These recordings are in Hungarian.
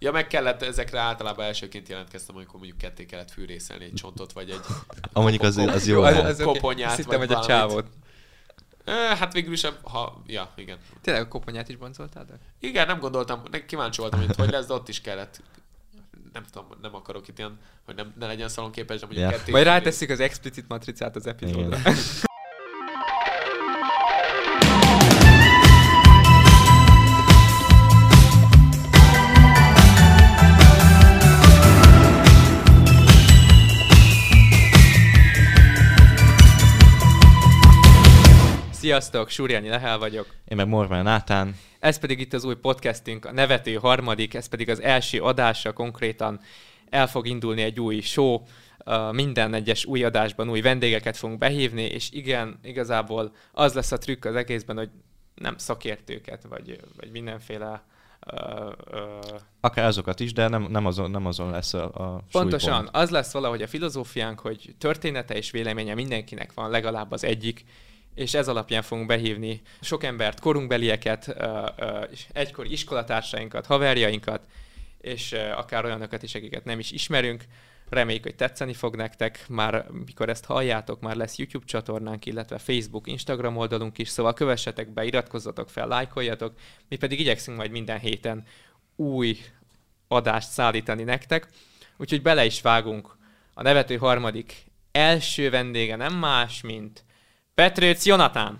Ja, meg kellett ezekre általában elsőként jelentkeztem, amikor mondjuk ketté kellett fűrészelni egy csontot, vagy egy mondjuk az jó. koponyát, azt hittem, vagy hogy a csávot. Hát végül is, ja, igen. Tényleg a koponyát is boncoltátok? Igen, nem gondoltam, kíváncsi voltam, hogy lesz, de ott is kellett. Nem tudom, nem akarok itt ilyen, hogy ne legyen szalonképes, de mondjuk ketté. Majd ráteszik az explicit matricát az epizódra. Sziasztok, Súrjányi Lehel vagyok. Én meg Morván Nátán. Ez pedig itt az új podcastünk, a Nevető harmadik, ez pedig az első adása, konkrétan el fog indulni egy új show, minden egyes új adásban új vendégeket fogunk behívni, és igen, igazából az lesz a trükk az egészben, hogy nem szakértőket, vagy mindenféle... Akár azokat is, de nem azon lesz a Pontosan, súlypont. az lesz valahogy a filozófiánk, hogy története és véleménye mindenkinek van, legalább az egyik, és ez alapján fogunk behívni sok embert, korunkbelieket, egykori iskolatársainkat, haverjainkat, és akár olyanokat is, akiket nem is ismerünk. Reméljük, hogy tetszeni fog nektek. Már mikor ezt halljátok, már lesz YouTube csatornánk, illetve Facebook, Instagram oldalunk is, szóval kövessetek be, iratkozzatok fel, lájkoljatok. Mi pedig igyekszünk majd minden héten új adást szállítani nektek. Úgyhogy bele is vágunk. A Nevető harmadik első vendége nem más, mint Petrőc Jonatán.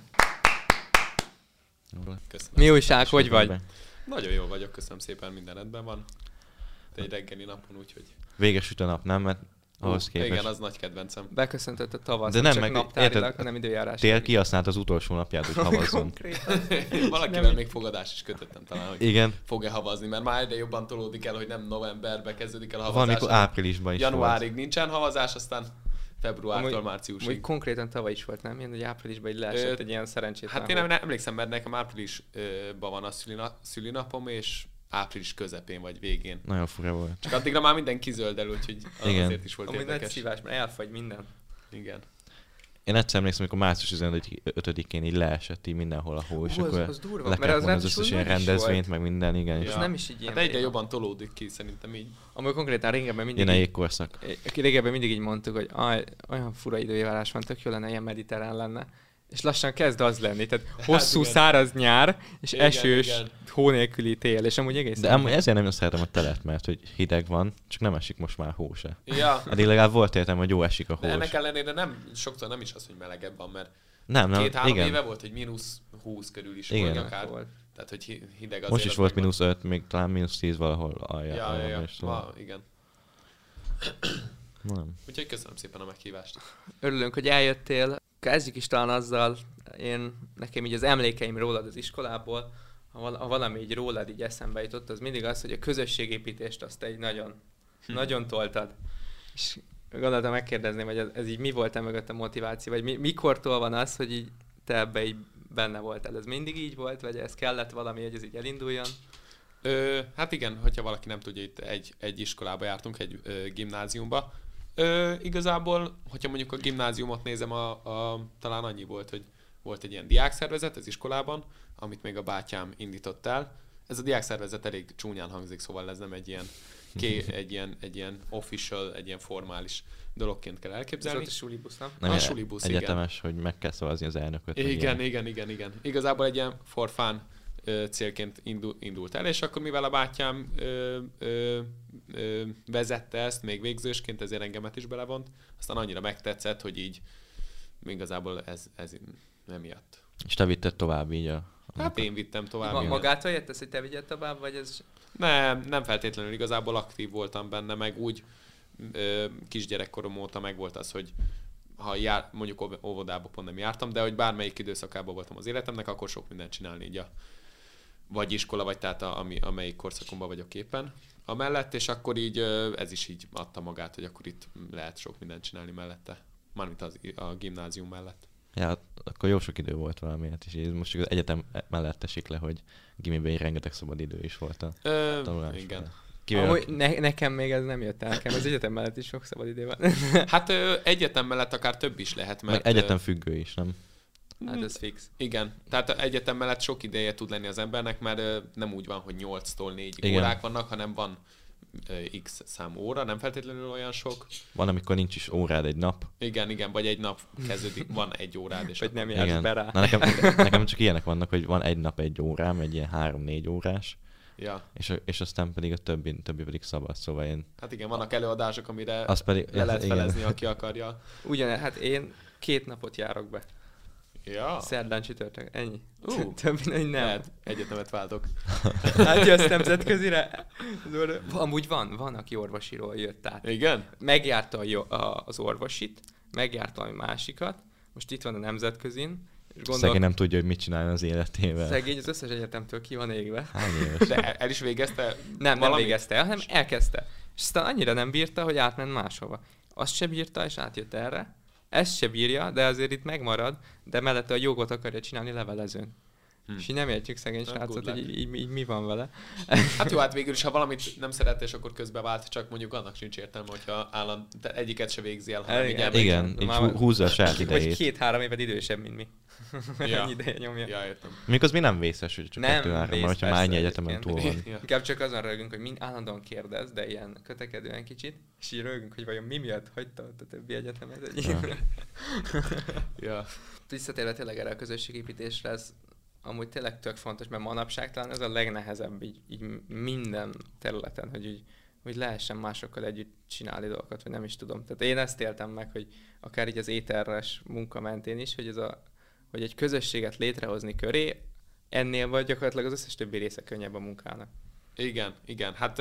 Köszönöm. Mi újság, hogy vagy? Nagyon jól vagyok, köszönöm szépen, minden rendben van. Egy reggeli napon, úgyhogy... Véges üt a nap, nem? Mert ahhoz képest. Igen, az nagy kedvencem. Beköszöntött a tavasz, de nem nem csak naptárilag, hanem időjárás. Tél kihasznált az utolsó napját, hogy havazzon. Valakivel még fogadás is kötöttem talán, hogy igen. fog-e havazni, mert már egyre jobban tolódik el, hogy nem novemberbe kezdődik el a Van, havazás. mikor áprilisban is januárig volt. nincsen havazás, aztán februártól márciusig. Úgy konkrétan tavaly is volt, nem? Ilyen, hogy áprilisban így leesett egy ilyen szerencsétlen. Hát én nem emlékszem, mert nekem áprilisban van a szülinapom, és április közepén vagy végén. Nagyon fura volt. Csak addigra már minden kizöldel, úgyhogy azért is volt érdekes. érdekes. Nagy szívás, mert elfagy minden. Igen. Én egyszer emlékszem, amikor március 15-én így leesett így mindenhol a hó, és akkor az durva, le kellett volna az összes ilyen rendezvényt, volt. meg minden, igen. Ja. Ez nem is így ilyen. Hát egyre jobban tolódik ki, szerintem így. Amúgy konkrétan régebben mindig... Ilyen jégkorszak. Régebben mindig így mondtuk, hogy olyan fura időjárás van, tök jó lenne, ilyen mediterrán lenne. És lassan kezd az lenni, tehát hosszú igen. száraz nyár, és Igen, esős, igen. hó nélküli tél, és amúgy egészen... De amúgy ezért nem szeretem a telet, mert hogy hideg van, csak nem esik most már hó se. Ja. Eddig legalább volt értelme, hogy jó esik a hó. De ennek ellenére sokszor nem is az, hogy melegebb van, mert nem, 2-3 igen. éve volt, hogy -20 körül is Igen. volt akár. Tehát, hogy hideg azért. Most is volt -5, még talán -10 valahol alja. Ja. És szóval. Igen. Nem. Úgyhogy köszönöm szépen a meghívást. Örülünk, hogy eljöttél. Kezdjük is talán azzal, nekem így az emlékeim rólad az iskolából, ha valami így rólad így eszembe jutott, az mindig az, hogy a közösségépítést azt egy nagyon toltad. És gondoltam megkérdezném, hogy ez így mi volt mögött a motiváció, vagy mikortól van az, hogy így te ebbe így benne voltál? Ez mindig így volt, vagy ez kellett valami, hogy ez így elinduljon? Hát igen, hogyha valaki nem tudja, itt egy iskolába jártunk, egy gimnáziumba. Igazából, hogyha mondjuk a gimnáziumot nézem, talán annyi volt, hogy volt egy ilyen diákszervezet az iskolában, amit még a bátyám indított el. Ez a diákszervezet elég csúnyán hangzik, szóval ez nem egy ilyen official, egy ilyen formális dologként kell elképzelni. Ez ott a sulibusz, nem? Nem A sulibusz, igen. egyetemes, hogy meg kell szavazni az elnököt. Igen. Igazából egy ilyen for fun célként indult el, és akkor mivel a bátyám vezette ezt még végzősként, ezért engemet is belevont, aztán annyira megtetszett, hogy így igazából ez emiatt. És te vitted tovább így Hát én vittem tovább. Magától jött ez, hogy te vigyed tovább, vagy ez... Nem feltétlenül, igazából aktív voltam benne, meg úgy kisgyerekkorom óta meg volt az, hogy ha mondjuk óvodába pont nem jártam, de hogy bármelyik időszakában voltam az életemnek, akkor sok mindent csinálni így vagy iskola, vagy tehát amelyik korszakomban vagyok éppen amellett, és akkor így ez is így adta magát, hogy akkor itt lehet sok mindent csinálni mellette, mármint a gimnázium mellett. Ja, akkor jó sok idő volt valamiért is. Most csak az egyetem mellett esik le, hogy gimiben így rengeteg szabad idő is volt a tanulásra. Igen. Amúgy nekem még ez nem jött el, nekem az egyetem mellett is sok szabad idő van. Hát egyetem mellett akár több is lehet, mert... Meg egyetem függő is, nem? Hát ez fix. Igen, tehát egyetem mellett sok ideje tud lenni az embernek, mert nem úgy van, hogy 8-tól 4-ig Igen. órák vannak, hanem van x számú óra, nem feltétlenül olyan sok. Van, amikor nincs is órád egy nap. Igen, vagy egy nap kezdődik, van egy órád, és Vagy akkor... nem jársz be rá. Na, nekem csak ilyenek vannak, hogy van egy nap egy órám, egy ilyen 3-4 órás, Ja. és aztán pedig a többi pedig szabad, szóval én... Hát igen, vannak előadások, amire Az pedig, le lehet igen. felezni, aki akarja. Hát én 2 napot járok be. Ja. Szerdán, csütörtök, ennyi. Többi nem. Lehet, egyetemet váltok. Hát jössz nemzetközire. Amúgy van, aki orvosiról jött át. Igen? Megjárta az orvosit, megjárta a másikat, most itt van a nemzetközin, és Szegény nem tudja, hogy mit csinálni az életével. Szegény az összes egyetemtől ki van égve. Hány éves? De el is végezte Nem valamit? végezte el, hanem elkezdte. És aztán annyira nem bírta, hogy átment máshova. Azt se bírta, és átjött erre. Ezt se bírja, de azért itt megmarad, de mellette a jogot akarja csinálni levelezőn. És így nem értjük szegény Nem srácot, good luck. hogy így mi van vele. Hát jó, hát végül is, ha valamit nem szeret, és akkor közbevált, csak mondjuk annak sincs értelme, hogyha te egyiket se végzi el, hanem így elmegy. Igen, így Már- húzza a saját Vagy idejét. 2-3 éved idősebb, mint mi. Ja. Ennyi ideje nyomja. Ja, értem. Mondjuk az mi nem vészes, hogy csak Nem 2-3, mert vész, hogyha már ennyi persze, egyetemen túl egyébként. van. Ja. Inkább csak azon rögünk, hogy állandóan kérdez, de ilyen kötekedően kicsit, és így rögünk, hogy vajon mi miatt hagyta ott a többi egyetemet. Ja. Ja. Visszatérve tényleg erre a közösségépítésre, ez amúgy tényleg tök fontos, mert manapság talán ez a legnehezebb így minden területen, hogy lehessen másokkal együtt csinálni dolgokat, vagy nem is tudom. Tehát én ezt éltem meg, hogy akár így az éteres munka mentén is, hogy egy közösséget létrehozni köré, ennél vagy gyakorlatilag az összes többi része könnyebb a munkának. Igen. Hát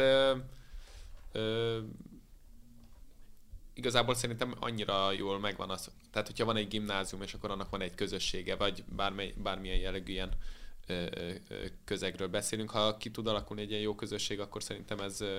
igazából szerintem annyira jól megvan az. Tehát, hogyha van egy gimnázium, és akkor annak van egy közössége, vagy bármilyen jellegű ilyen közegről beszélünk, ha ki tud alakulni egy ilyen jó közösség, akkor szerintem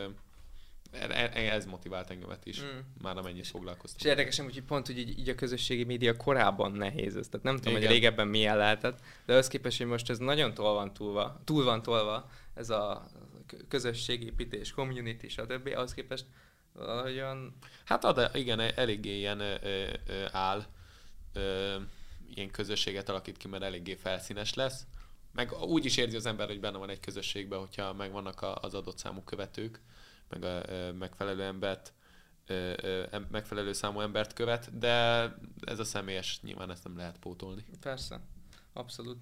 ez motivált engemet is, már amennyit foglalkoztam. És érdekesen, hogy pont hogy így a közösségi média korábban nehéz ez. Tehát nem tudom, Igen. hogy régebben milyen lehetett, de ahhoz képest, hogy most ez nagyon túl van tolva ez a közösségépítés, community, stb. Ahhoz képest valahogyan... Hát igen, eléggé ilyen áll, ilyen közösséget alakít ki, mert eléggé felszínes lesz. Meg úgy is érzi az ember, hogy benne van egy közösségben, hogyha megvannak az adott számú követők, meg a megfelelő számú embert követ, de ez a személyes, nyilván ezt nem lehet pótolni. Persze, abszolút.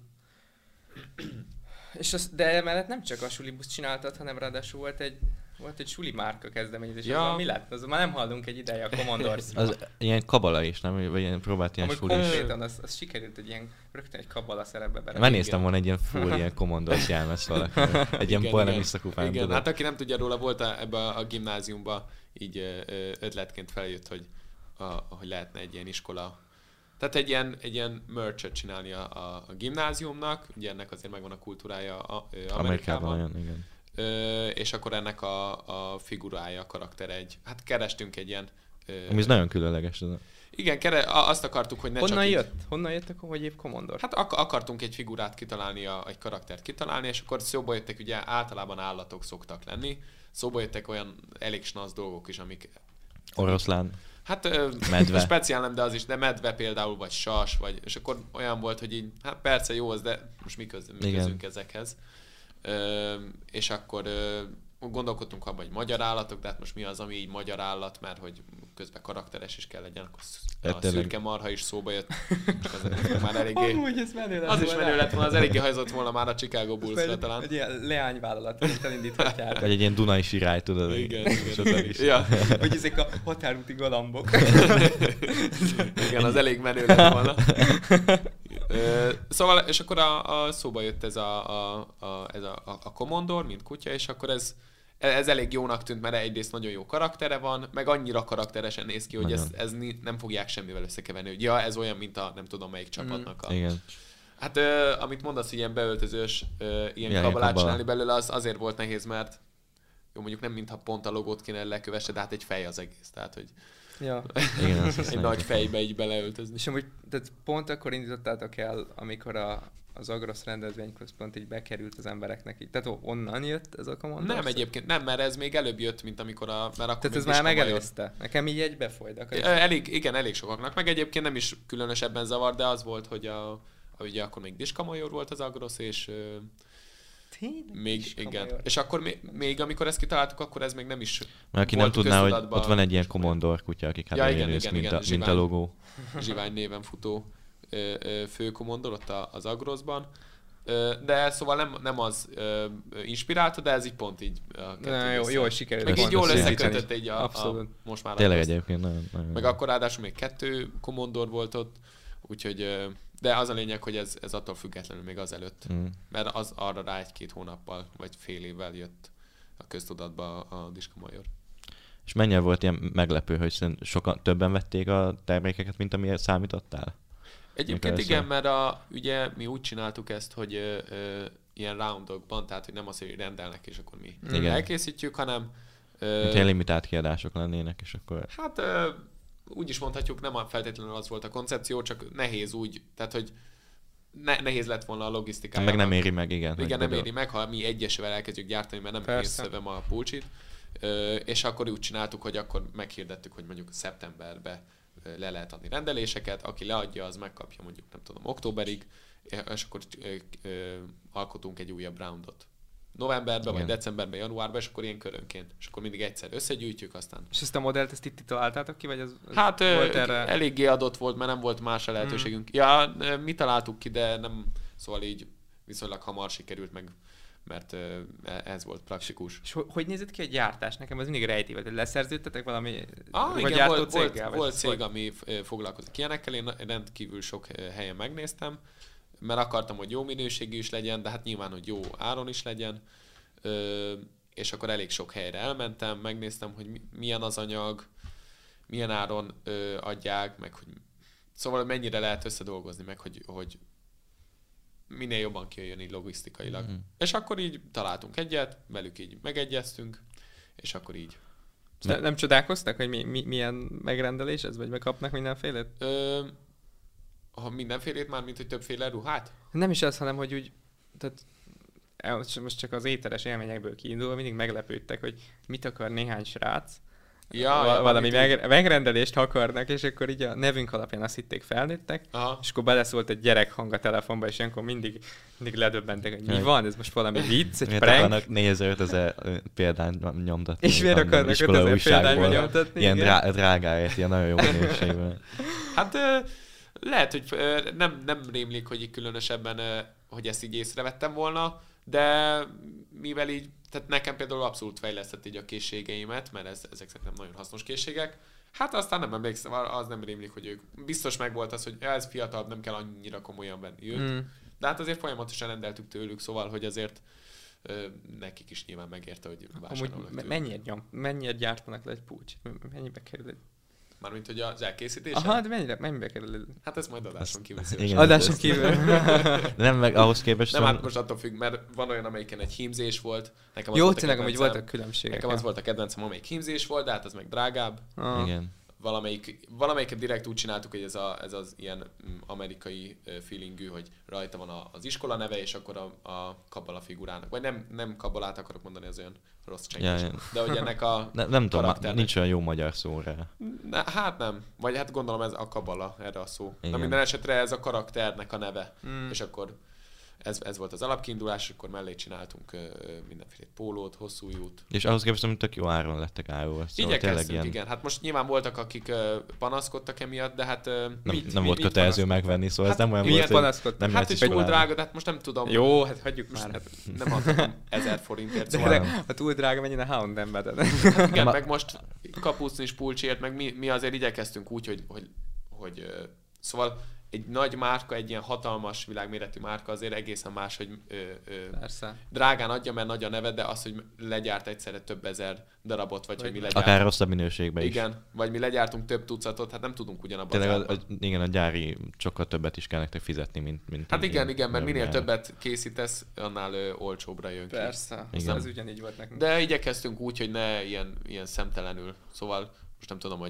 De emellett nem csak a sulibusz csináltad, hanem ráadásul volt egy suli márka kezdeményezés. Ja. Az mi lett? Az már nem hallunk egy ideje a Commodore. Az ilyen kabala is, nem? Vagy ilyen próbált ilyen Amúgy full is. konkrétan az sikerült, hogy rögtön egy kabala szerepbe bele. Megnéztem volna egy ilyen full, ilyen Commodore jelmez valaki. Egy ilyen polem visszakupán, Igen, tudod. hát aki nem tudja róla, volt ebbe a gimnáziumba, így ötletként feljött, hogy lehetne egy ilyen iskola. Tehát egy ilyen merch-et csinálni a gimnáziumnak, ugye ennek azért megvan a kultúrája Amerikában. Olyan, igen. És akkor ennek a figurája, a karaktere hát kerestünk egy ilyen... Ami ez nagyon különleges. Ez Igen, azt akartuk, hogy ne Honnan csak jött? Honnan jött akkor, hogy épp Commodore? Hát akartunk egy figurát kitalálni, egy karaktert kitalálni, és akkor szóba jöttek, ugye általában állatok szoktak lenni, szóba jöttek olyan elég snasz dolgok is, amik... Oroszlán. Hát medve. speciál nem, de az is, de medve például, vagy sas, és akkor olyan volt, hogy így, hát persze jó az, de most mi közünk ezekhez. És akkor gondolkodtunk abban, hogy magyar állatok, de hát most mi az, ami így magyar állat, mert hogy közben karakteres is kell legyen, akkor a szürke marha is szóba jött, és az már eléggé... Amúgy ez menő lett Az is volna. menő lett volna, az eléggé hajzott volna már a Chicago Bulls-ra talán. Egy ilyen leányvállalat, amit elindíthatják. Vagy egy ilyen Dunai sirály, tudod. Igen. Ja. Hogy ezek a határúti galambok. Igen, az elég menő lett volna. Szóval, és akkor szóba jött ez a Commodore, mint kutya, és akkor ez elég jónak tűnt, mert egyrészt nagyon jó karaktere van, meg annyira karakteresen néz ki, hogy ez nem fogják semmivel összekeverni, hogy ja, ez olyan, mint a nem tudom melyik csapatnak a... Igen. Hát amit mondasz, hogy ilyen beöltözős, ilyen kabalát csinálni belőle, az azért volt nehéz, mert jó, mondjuk nem mintha pont a logót kéne lekövesse, de hát egy fej az egész, tehát hogy Ja. Igen, egy nagy fejbe így beleöltözni. És amúgy tehát pont akkor indítottátok el, amikor az Agrosz rendezvényközpont így bekerült az embereknek így. Tehát onnan jött ez a Commodore? Nem egyébként, nem, mert ez még előbb jött, mint amikor mert akkor tehát ez már megelőzte. Nekem így egybe folyt. Elég sokaknak, meg egyébként nem is különösebben zavar, de az volt, hogy ugye akkor még Discamajor volt az Agrosz, és Tényleg? még, igen. És akkor még amikor ezt kitaláltuk, akkor ez még nem is Mert aki nem tudná, hogy ott van egy ilyen Commodore kutya, akik hát mint a logó. Zsivány néven futó fő Commodore ott az Agroszban. De szóval nem az inspirálta, de ez így pont így jól sikerült. Meg így jól összekötött így most már. Tényleg egyébként nagyon. Meg akkor ráadásul még 2 Commodore volt ott, úgyhogy de az a lényeg, hogy ez attól függetlenül még azelőtt, mert az arra rá 1-2 hónappal, vagy fél évvel jött a köztudatba a Discamajor. És mennyire volt ilyen meglepő, hogy sokan többen vették a termékeket, mint amire számítottál? Egyébként igen, mert ugye mi úgy csináltuk ezt, hogy ilyen roundokban, tehát hogy nem az, hogy rendelnek, és akkor mi elkészítjük, hanem... ilyen limitált kiadások lennének, és akkor... Hát úgy is mondhatjuk, nem feltétlenül az volt a koncepció, csak nehéz úgy, tehát hogy nehéz lett volna a logisztikája. Meg nem éri meg, igen. Igen, nem éri meg, ha mi egyesével elkezdjük gyártani, mert nem készülöm a pulcsit. És akkor úgy csináltuk, hogy akkor meghirdettük, hogy mondjuk szeptemberben le lehet adni rendeléseket, aki leadja, az megkapja mondjuk, nem tudom, októberig, és akkor alkotunk egy újabb roundot. Novemberben, vagy decemberben, januárban, és akkor ilyen körönként. És akkor mindig egyszer összegyűjtjük, aztán... És ezt a modellt ezt itt találtátok ki, vagy az hát volt erre? Eléggé adott volt, mert nem volt más lehetőségünk. Ja, mi találtuk ki, de nem, szóval így viszonylag hamar sikerült meg, mert ez volt praktikus. És hogy nézett ki a gyártás? Nekem az mindig rejti, hogy leszerződtetek valami igen, volt cég, ami foglalkozik ilyenekkel, én rendkívül sok helyen megnéztem, mert akartam, hogy jó minőségű is legyen, de hát nyilván, hogy jó áron is legyen, és akkor elég sok helyre elmentem, megnéztem, hogy milyen az anyag, milyen áron adják, meg hogy szóval mennyire lehet összedolgozni, meg hogy minél jobban kijöjjön így logisztikailag. És akkor így találtunk egyet, velük így megegyeztünk, és akkor így. Nem csodálkoztak, hogy milyen megrendelés ez, vagy megkapnak mindenfélét? Ha mindenfélét már, mint hogy többféle ruhát? Nem is az, hanem hogy úgy, tehát most csak az ételes élményekből kiindulva mindig meglepődtek, hogy mit akar néhány srác, valami megrendelést akarnak, és akkor így a nevünk alapján azt hitték felnőttek, és akkor beleszólt egy gyerek hang a telefonba, és ilyenkor mindig ledöbbentek, hogy mi van, ez most valami vicc, egy prank. Akarnak 4000-5000 példányt nyomtatni. És miért akarnak 5000 példányba nyomtatni? Ilyen drágáért, ilyen nagyon jó minőségben. Hát lehet, hogy nem rémlik, hogy így különösebben, hogy ezt így észrevettem volna, de mivel így, tehát nekem például abszolút fejlesztett így a készségeimet, mert ezek szerintem nagyon hasznos készségek. Hát aztán nem emlékszem, az nem rémlik, hogy ők biztos megvolt az, hogy ez fiatalabb, nem kell annyira komolyan venni őt. De hát azért folyamatosan rendeltük tőlük, szóval, hogy azért nekik is nyilván megérte, hogy vásárolnak tőlük. Mennyire gyártanak le egy pulcsit? Mennyibe kerül egy? Mármint, hogy az elkészítése? Aha, de mennyibe kerül? Hát ez majd adáson kívül. Adáson kívül. Nem, meg ahhoz képest... Nem, hát most attól függ, mert van olyan, amelyiken egy hímzés volt. Nekem jó, tényleg, amúgy voltak különbségek. Nekem az volt a kedvencem, amelyik hímzés volt, de hát az meg drágább. Igen. Valamelyiket direkt úgy csináltuk, hogy ez az ilyen amerikai feelingű, hogy rajta van az iskola neve, és akkor a kabbala figurának. Vagy nem kabbalát akarok mondani, az olyan rossz csenkés. De hogy ennek a nem tudom, nincs olyan jó magyar szó rá. Hát nem. Vagy hát gondolom ez a kabbala, erre a szó. Na minden esetre ez a karakternek a neve. És akkor ez volt az alapkiindulás, akkor mellé csináltunk mindenféle pólót, hosszú út. És ahhoz képest, hogy tök jó áron lettek árulva. Szóval igyekeztünk, igen. Hát most nyilván voltak, akik panaszkodtak emiatt, de hát... nem volt kötelező megvenni, szóval ez nem olyan volt, hogy nem hát túl drága, de hát most nem tudom. Jó, hát hagyjuk már. Hát. Nem adhatom 1000 forintért, szóval... De ha túl drága, menjen a Hound Embed-en. Igen, meg most kapucnis pulcsiért, meg mi azért igyekeztünk úgy, hogy szóval egy nagy márka, egy ilyen hatalmas világméretű márka azért egészen más, hogy drágán adja, mert nagy a neve, de az, hogy legyárt egyszerre több ezer darabot, vagy hogy mi legyártunk. Akár rosszabb minőségben is. Igen, vagy mi legyártunk több tucatot, hát nem tudunk ugyanabban az árban. Igen, a gyári sokkal többet is kell nektek fizetni, mint hát igen, mert minél többet készítesz, annál olcsóbbra jön ki. Persze, ez ugyanígy volt nekünk. De igyekeztünk úgy, hogy ne ilyen szemtelenül. Szóval most nem tudom,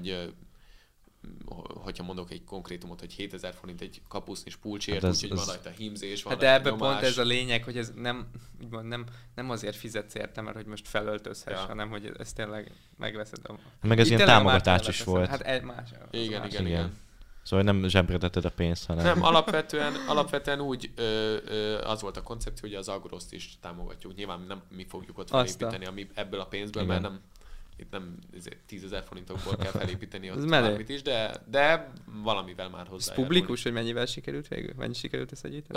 hogyha mondok egy konkrétumot, hogy 7000 forint egy kapusznis pulcsért, hát úgyhogy van rajta hímzés, van de ebben pont ez a lényeg, hogy ez nem azért fizetsz érte, mert hogy most felöltözhess, hanem hogy ezt tényleg megveszed. Meg ez ilyen támogatás is volt. Hát más. Igen. Szóval nem zsebre tetted a pénzt, hanem... Nem, alapvetően úgy az volt a koncepció, hogy az Agroszt is támogatjuk. Nyilván nem mi fogjuk ott felépíteni ami ebből a pénzből, igen. Mert itt nem 10 000 forintokból kell felépíteni ott bármit is, de valamivel már hozzá. Ez publikus, hogy mennyivel sikerült végül? Mennyi sikerült összegyűjteni?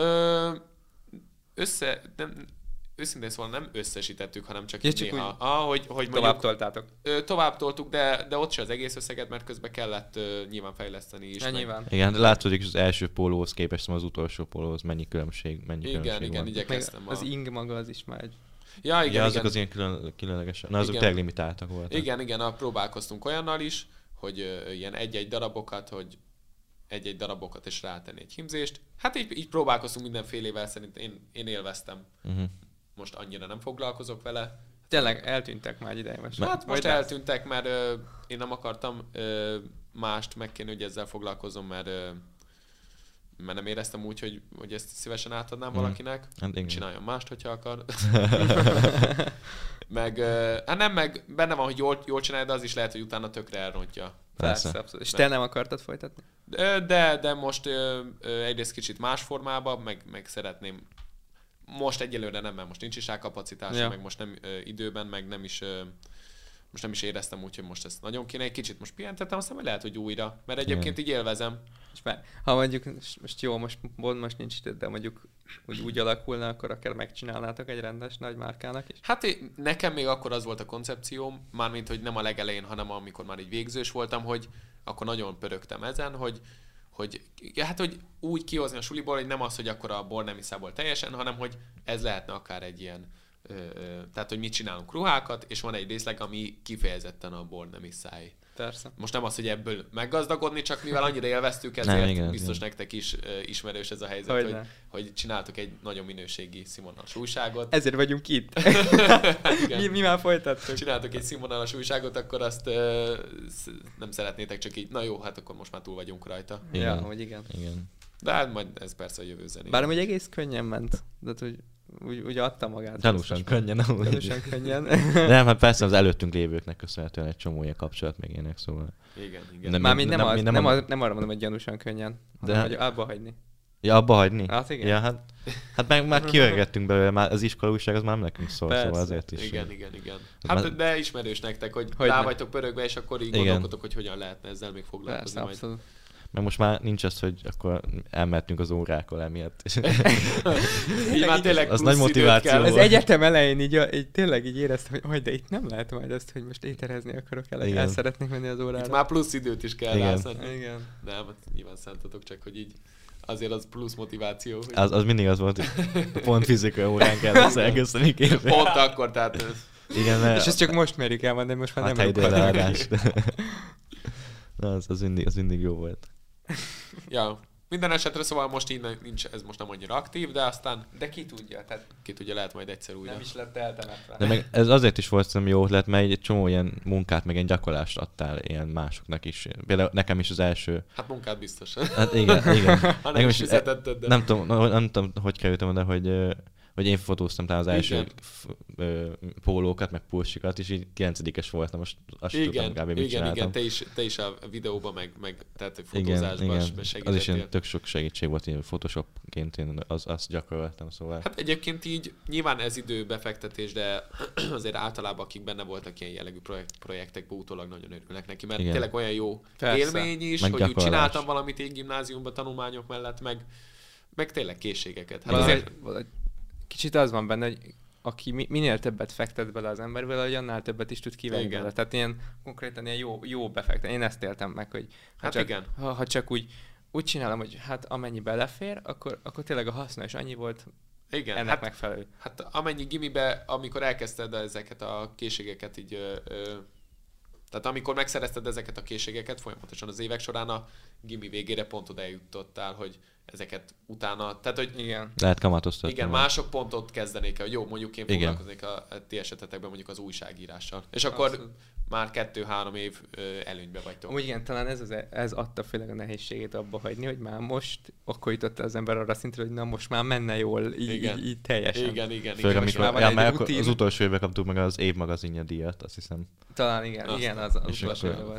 Őszintén szóval nem összesítettük, hanem csak néha. Hogy tovább toltátok. Tovább toltuk, de ott se az egész összeget, mert közben kellett nyilván fejleszteni is. Nyilván. Igen, látszódik az első pólóhoz képest az utolsó pólóhoz mennyi különbség igen, igyekeztem. Az ing maga az is már egy... Ja, igen, azok az ilyen különlegesek. Na, azok tényleg limitáltak voltak. Igen, próbálkoztunk olyannal is, hogy ilyen egy-egy darabokat és rátenni egy hímzést. Hát így próbálkoztunk mindenfélével, szerintem én élveztem. Most annyira nem foglalkozok vele. Tényleg eltűntek már ideje most. Hát most eltűntek, mert én nem akartam mást megkérni, hogy ezzel foglalkozom, mert nem éreztem úgy, hogy ezt szívesen átadnám valakinek. Csináljon mást, hogyha akar. meg benne van, hogy jól csinálja, de az is lehet, hogy utána tökre elrontja. Persze. És te nem akartad folytatni? De most egyrészt kicsit más formában, meg szeretném. Most egyelőre nem, mert most nincs is rá kapacitása, meg most nem időben, meg nem is most nem is éreztem úgy, hogy most ezt nagyon kéne. Egy kicsit most pihentettem, aztán lehet, hogy újra, mert egyébként így élvezem. És már, ha mondjuk, most jó, most nincs idő, de mondjuk úgy alakulna, akkor akár megcsinálnátok egy rendes nagy márkának is? Hát nekem még akkor az volt a koncepcióm, mármint, hogy nem a legelején, hanem amikor már egy végzős voltam, hogy akkor nagyon pörögtem ezen, hogy úgy kihozni a suliból, hogy nem az, hogy akkor a bor nem iszából teljesen, hanem hogy ez lehetne akár egy ilyen, tehát hogy mit csinálunk ruhákat, és van egy részleg, ami kifejezetten a bor nem iszáé. Persze. Most nem az, hogy ebből meggazdagodni, csak mivel annyira élveztük, ezért biztos nektek is ismerős ez a helyzet, hogy csináltuk egy nagyon minőségi színvonalas újságot. Ezért vagyunk itt. mi már folytattuk. Csináltuk egy színvonalas újságot, akkor azt nem szeretnétek csak így, na jó, hát akkor most már túl vagyunk rajta. Ja, hogy igen. De hát majd ez persze a jövő zené. Bár hogy egész könnyen ment. De hogy úgy adta magát. Gyanúsan könnyen. Gyanúsan könnyen. Nem, hát persze az előttünk lévőknek köszönhetően egy csomó ilyen kapcsolat még ilyenek, szóval. Igen. Mármint nem arra mondom, hogy gyanúsan könnyen, hanem hogy abba hagyni. Ja, abba hagyni? Hát igen. Ja, hát már kiöregettünk belőle, már az iskola újság az már nem nekünk szól, szóval azért is. Igen. Hát de ismerős nektek, hogy rá vagytok pörögve, és akkor így gondolkodok, hogy hogyan lehetne ezzel még foglalkozni majd. Abszolút. Mert most már nincs az, hogy akkor elmehetünk az órákon emiatt. Így már tényleg az nagy motiváció. Az egyetem elején így tényleg így éreztem, hogy de itt nem lehet majd azt, hogy most étterezni akarok el szeretnék menni az órára. Itt már plusz időt is kell rászánni. Igen. Nem, nyilván szántatok, csak hogy így azért az plusz motiváció. Hogy... Az mindig az volt, hogy pont fizikai órán kell szerkeszteni képet. Pont akkor, tehát... Igen, mert... És ezt csak most mérik el, de most már nem helyidőleadás. Na, az mindig jó volt. Ja, minden esetre szóval most így nincs, ez most nem annyira aktív, de aztán... De ki tudja, tehát... Ki tudja, lehet majd egyszer újra. Nem is lett eltemetve. De meg ez azért is volt szerintem jó ötlet, mert egy csomó ilyen munkát, meg egy gyakorlást adtál ilyen másoknak is. Például nekem is az első... Hát munkát biztos. Hát igen. Ha nem is fizetetted, de... Nem tudom, hogy kerültem oda, hogy én fotóztam talán az első pólókat, meg pulsikat, és így 9-es voltam, most azt sem tudtam kb. Mit csináltam. Igen, te is a videóban, meg tehát fotózásban segítettél. Az is ilyen tök sok segítség volt, ilyen Photoshopként én azt gyakoroltam, szóval. Hát egyébként így nyilván ez időbefektetés, de azért általában akik benne voltak ilyen jellegű projektekben utólag nagyon örülnek neki, mert tényleg olyan jó élmény is, meg hogy úgy csináltam valamit én gimnáziumban tanulmányok mellett, meg tényleg készségeket. Hát azért kicsit az van benne, hogy aki minél többet fektet bele az emberből, hogy annál többet is tud kivenni bele. Tehát ilyen konkrétan ilyen jó befektet. Én ezt éltem meg, hogy ha csak úgy csinálom, hogy hát amennyi belefér, akkor tényleg a haszna is annyi volt ennek megfelelő. Hát amennyi gimibe, amikor elkezdted ezeket a készségeket így... Tehát amikor megszerezted ezeket a készségeket folyamatosan az évek során, a gimi végére pont oda eljutottál, hogy ezeket utána, tehát hogy igen. Lehet kamatoztatni. Igen, mások pont ott kezdenék el, hogy jó, mondjuk én foglalkoznék a ti esetetekben mondjuk az újságírással. És akkor már 2-3 év előnybe vagytok. Úgy igen, talán ez adta főleg a nehézségét abba hagyni, hogy már most akkor jutott az ember arra szintre, hogy na most már menne jól, így teljesen. Igen. Főleg amikor az utolsó évben kaptuk meg az évmagazinja díjat, azt hiszem. Talán igen, az utolsó év volt.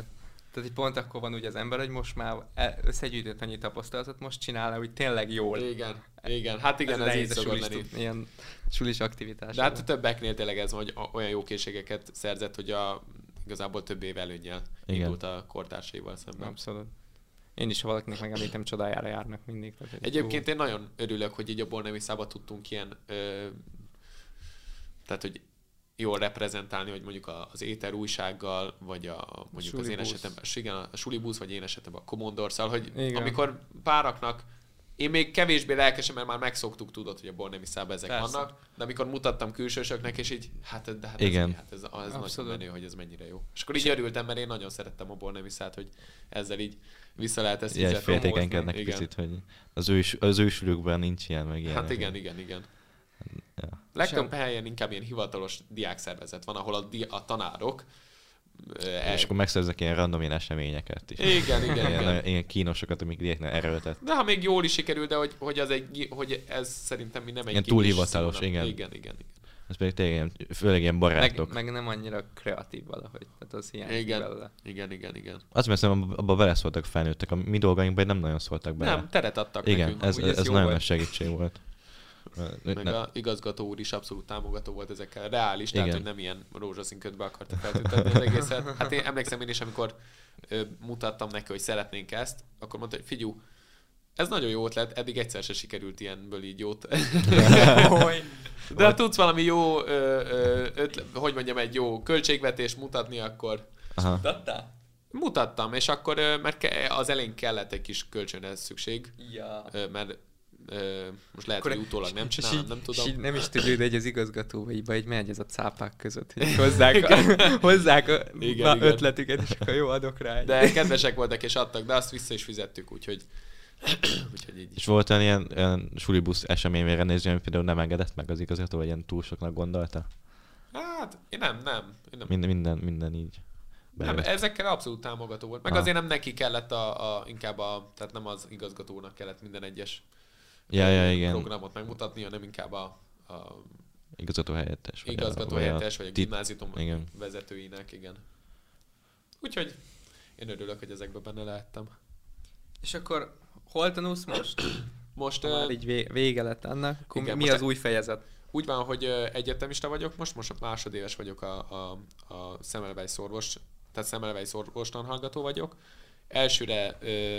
Tehát pont akkor van úgy az ember, hogy most már összegyűjtött annyi tapasztalatot, most csinálna, hogy tényleg jól. Igen, hát igen, ez így szokott lenni. Ilyen sulis aktivitás. De hát többeknél tényleg ez van, hogy olyan jó készségeket szerzett, hogy igazából több év előnnyel indult a kortársaival szemben. Abszolút. Én is, ha valakinek megemlítem, csodájára járnak mindig. Egyébként én nagyon örülök, hogy így a Bornemisszába tudtunk ilyen, tehát hogy jól reprezentálni, hogy mondjuk az Éter újsággal, vagy mondjuk az én esetemben, igen, a Sulibusz, vagy én esetemben a Commodore-szal, hogy igen. Amikor páraknak, én még kevésbé lelkesen, mert már megszoktuk, tudod, hogy a Bornemisszába ezek persze. vannak, de amikor mutattam külsősöknek, és így, ez nagyon menő, hogy ez mennyire jó. És akkor így örültem, mert én nagyon szerettem a Bornemisszát, hogy ezzel így vissza lehet ezt így féltékenykednek picit, hogy az ősülőkben nincs ilyen, meg ilyen. Hát igen. Ja. Legtöbb helyen inkább ilyen hivatalos diákszervezet van, ahol a tanárok és akkor megszerzek ilyen random ilyen eseményeket is. Igen. Ilyen kínosokat, amik diáknál erőltet. De ha még jól is sikerül, de hogy ez szerintem mi nem egy ilyen túl hivatalos, igen. Ez pedig tényleg főleg ilyen barátok. Meg nem annyira kreatív valahogy. Tehát az Igen. Azt hiszem, abban beleszóltak felnőttek. A mi dolgainkban nem nagyon szóltak bele. Nem, teret adtak nekünk. Igen, ez nagyon nagy segítség volt. Meg a igazgató úr is abszolút támogató volt ezekkel. Reális, tehát hogy nem ilyen rózsaszín ködbe akarta feltüntetni az egészet. Hát én emlékszem én is, amikor mutattam neki, hogy szeretnénk ezt, akkor mondta, hogy figyú, ez nagyon jó ötlet, eddig egyszer se sikerült ilyenből így jót. De ha tudsz valami jó, hogy mondjam, egy jó költségvetést mutatni, akkor... Mutattál? Mutattam, és akkor, mert az elején kellett egy kis kölcsönhez szükség, mert most lehet, hogy utólag nem csinálom, nem tudom. És nem is tudod, hogy az igazgatóiba így megy ez a cápák között, hogy hozzák ötletüket, és akkor jó, adok rá. De kedvesek voltak és adtak, de azt vissza is fizettük, úgyhogy így. És volt ilyen sulibusz eseményre nézni, ami például nem engedett meg az igazgató, vagy ilyen túl soknak gondolta? Hát, én nem. Minden így. Nem, ezekkel abszolút támogató volt. Meg azért nem neki kellett inkább tehát nem az igazgatónak kellett minden egyes igen. programot megmutatni, hanem inkább a igazgató helyettes. Vagy a gimnázium vezetőinek, igen. Úgyhogy én örülök, hogy ezekben benne lehettem. És akkor hol tanulsz most? Most már így vége lett annak. Igen, mi az új fejezet? Úgy van, hogy egyetemista vagyok most másodéves vagyok a Semmelweis orvos, tehát Semmelweis orvostanhallgató vagyok. Elsőre,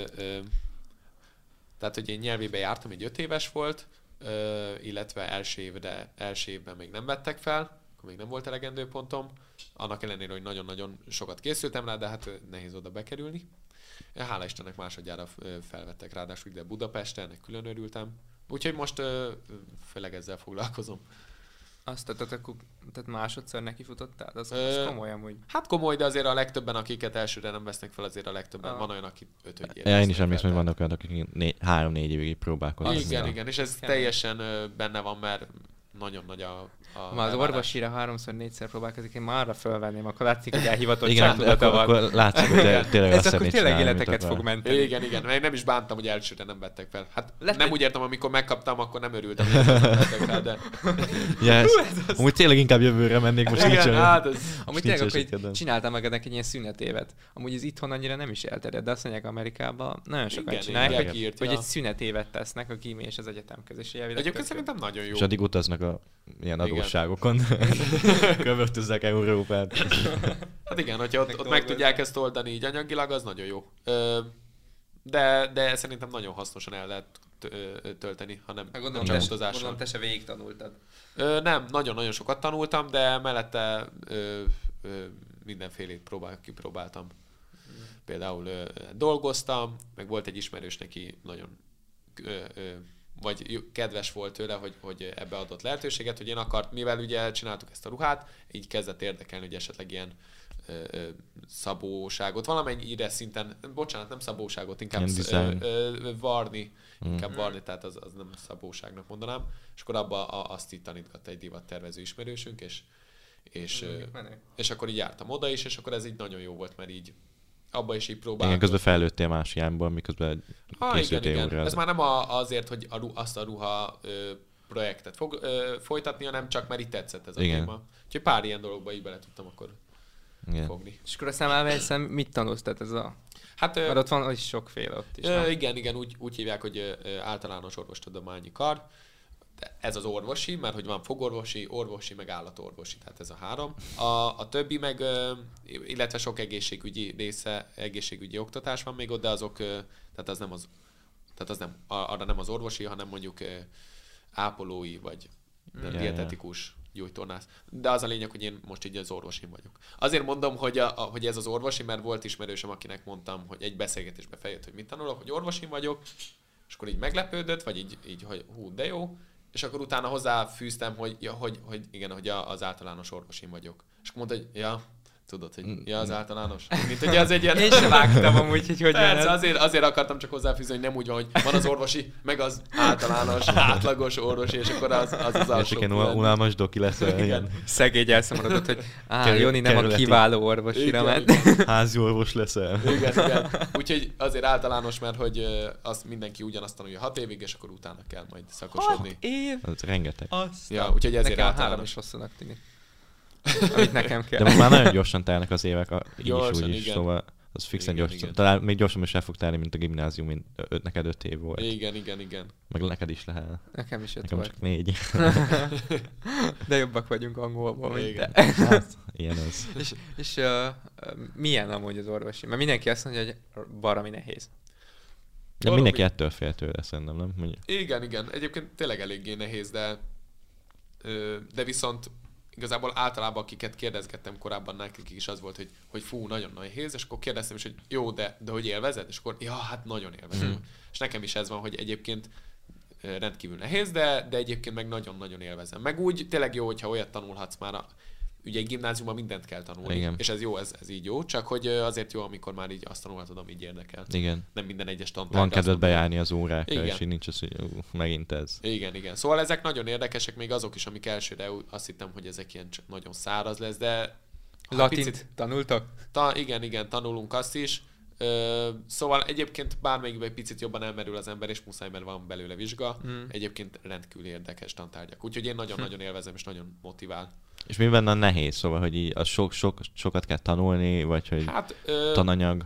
tehát hogy én nyelvébe jártam, egy 5 éves volt, illetve első évben még nem vettek fel, akkor még nem volt elegendő pontom. Annak ellenére, hogy nagyon-nagyon sokat készültem rá, de hát nehéz oda bekerülni. Hála Istennek másodjára felvettek, ráadásul ide Budapesten, ennek külön örültem. Úgyhogy most főleg ezzel foglalkozom. Tehát másodszor nekifutottál? Az komoly amúgy. Hát komoly, de azért a legtöbben, akiket elsőre nem vesznek fel, azért a legtöbben van olyan, aki 5 évig. Én is emlékszem, hogy vannak olyanok, akik 3-4 évig próbálkoznak. Igen, és ez teljesen benne van, mert nagyon nagy már az orvosira 3-4-szer próbálkozik, én már arra fölvenném, akkor látszik, hogy elhivatottság tudata van. Akkor látszik, hogy tényleg ez akkor tényleg életeket fog menteni. Igen, mert nem is bántam, hogy elsőre nem vettek fel. Hát nem úgy értem, amikor megkaptam, akkor nem örültem, hogy nem vettek fel, de... Amúgy tényleg inkább jövőre mennék, most nincs olyan. Amúgy tényleg, hogy csináltam meg ennek egy ilyen szünetévet. Amúgy az itthon annyira nem is elterjedt, de azt mondják Amerikában nagyon sokan csinálják, hogy egy szünetévet tesznek a gimi és az egyetem közös. Egyébként szerintem nagyon jó. És addig utaznak a ilyen adósságokon. Kövörtözzek Európát. Hát igen, hogyha ott meg tudják ezt oldani így anyagilag, az nagyon jó. De szerintem nagyon hasznosan el lehet tölteni, ha nem csak utazással. Gondolom, te se végig tanultad. Nem, nagyon-nagyon sokat tanultam, de mellette mindenfélét kipróbáltam. Például dolgoztam, meg volt egy ismerős, neki nagyon vagy kedves volt tőle, hogy ebbe adott lehetőséget, hogy én mivel ugye csináltuk ezt a ruhát, így kezdett érdekelni, hogy esetleg ilyen szabóságot, valamennyire szinten, bocsánat, nem szabóságot, inkább varni, tehát az nem szabóságnak mondanám, és akkor abba azt így tanítgatta egy divattervező ismerősünk, és akkor így jártam oda is, és akkor ez így nagyon jó volt, mert így abba is így próbáltam. Igen, közben fejlődtél más irányból, miközben készültél igen. Ez már nem azért, hogy azt a ruha projektet folytatni, hanem csak mert itt tetszett ez a téma. Úgyhogy pár ilyen dologba így bele tudtam akkor fogni. És akkor a Semmelweisen mit tanulsz? Tehát ez a... Hát, mert ott van is sokféle ott is. Igen, úgy hívják, hogy általános orvostudományi kar. Ez az orvosi, mert hogy van fogorvosi, orvosi, meg állatorvosi, tehát ez a 3. A többi meg, illetve sok egészségügyi része, egészségügyi oktatás van még ott, de azok, arra nem az orvosi, hanem mondjuk ápolói, vagy dietetikus, gyógytornász. De az a lényeg, hogy én most így az orvosim vagyok. Azért mondom, hogy ez az orvosi, mert volt ismerősöm, akinek mondtam, hogy egy beszélgetésbe feljött, hogy mit tanulok, hogy orvosim vagyok, és akkor így meglepődött, vagy így hogy hú, de jó, és akkor utána hozzáfűztem, hogy igen, hogy az általános orvosim vagyok. És akkor mondta, hogy tudod, hogy az általános. Mint hogy az egy ilyen... Én sem vágtam amúgy, hogy persze, azért akartam csak hozzáfűzni, hogy nem úgy van, hogy van az orvosi, meg az általános, átlagos orvosi, és akkor az alsó. És ilyen unalmas doki lesz. Igen. Szegény elszomorodott, hogy Joni nem a kiváló orvosira ment. Házi orvos leszel. Igen. Úgyhogy azért általános, mert hogy azt mindenki ugyanazt tanulja 6 évig, és akkor utána kell majd szakosodni. 6 év? Ez rengeteg. Ja, úgyhogy ezért nekem általános. 3 is hosszúnak tűnik. Amit nekem kell. De most már nagyon gyorsan telnek az évek, gyorsan, így is, igen. szóval az fixen Igen, gyorsan. igen. Talán még gyorsan is el fog telni, mint a gimnázium, mint neked 5 év volt. Igen. Meg neked is lehet. Nekem is 5 Nekem volt. csak 4. De jobbak vagyunk angolból, mint Igen. te. Hát, ilyen ez. És milyen amúgy az orvosi? Mert mindenki azt mondja, hogy baromi nehéz. De mindenki ettől fél tőle, szerintem, nem? Mondjuk. Igen. Egyébként tényleg eléggé nehéz, de viszont igazából általában akiket kérdezgettem korábban, nekik is az volt, hogy fú, nagyon nehéz, és akkor kérdeztem is, hogy jó, de hogy élvezed? És akkor, hát nagyon élvezem. És nekem is ez van, hogy egyébként rendkívül nehéz, de egyébként meg nagyon-nagyon élvezem. Meg úgy tényleg jó, hogyha olyat tanulhatsz már, ugye egy gimnáziumban mindent kell tanulni, igen. És ez jó, ez így jó, csak hogy azért jó, amikor már így azt tanulhatod, ami így érdekel. Igen. Nem minden egyes tantárgy. Van kedved bejárni az órákra, igen. és így nincs az, hogy megint ez. Igen. Szóval ezek nagyon érdekesek, még azok is, amik elsőre azt hittem, hogy ezek ilyen csak nagyon száraz lesz, de... Latint tanultak? Igen, tanulunk azt is. Szóval egyébként bármelyikben egy picit jobban elmerül az ember, és muszáj, mert van belőle vizsga. Egyébként rendkívül érdekes tantárgyak. Úgyhogy én nagyon-nagyon élvezem, és nagyon motivál. És mi benne nehéz? Szóval, hogy így sokat kell tanulni, vagy hogy tananyag?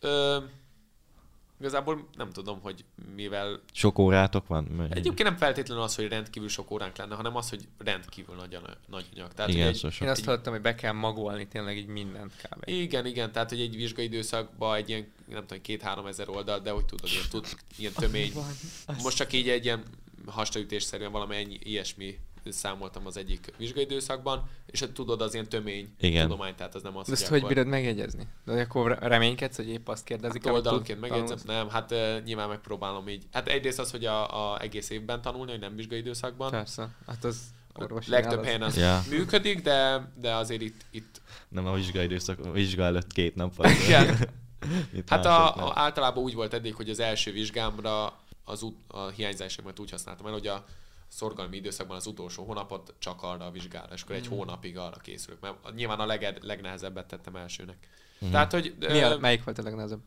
Igazából nem tudom, hogy mivel... Sok órátok van? Egyébként nem feltétlenül az, hogy rendkívül sok óránk lenne, hanem az, hogy rendkívül nagy anyag. Tehát, igen, én azt hallottam, hogy be kell magolni tényleg így mindent kb. Igen, tehát hogy egy vizsgaidőszakban egy ilyen, nem tudom, 2-3 ezer oldal, de hogy tudod, ilyen tömény. Most csak így egy ilyen hastaütésszerűen valamennyi ilyesmi számoltam az egyik vizsgaidőszakban, és tudod, az ilyen tömény tudomány, tehát az nem az, ezt hogy bírod megjegyezni? De akkor reménykedsz, hogy épp azt kérdezik? Hát oldalonként megjegyzem? Nem, hát nyilván megpróbálom így. Hát egyrészt az, hogy a egész évben tanulni, hogy nem vizsgaidőszakban. Persze, hát az orvosi legtöbb helyen az működik, de azért itt... Nem a vizsga előtt 2 nap van. Igen. Hát általában úgy volt eddig, hogy az első vizsgámra a hiányzásomat úgy használtam el, hogy a szorgalmi időszakban az utolsó hónapot csak arra a vizsgára, és akkor egy hónapig arra készülök. Mert nyilván a legnehezebbet tettem elsőnek. Tehát, hogy... Melyik volt a legnehezebb?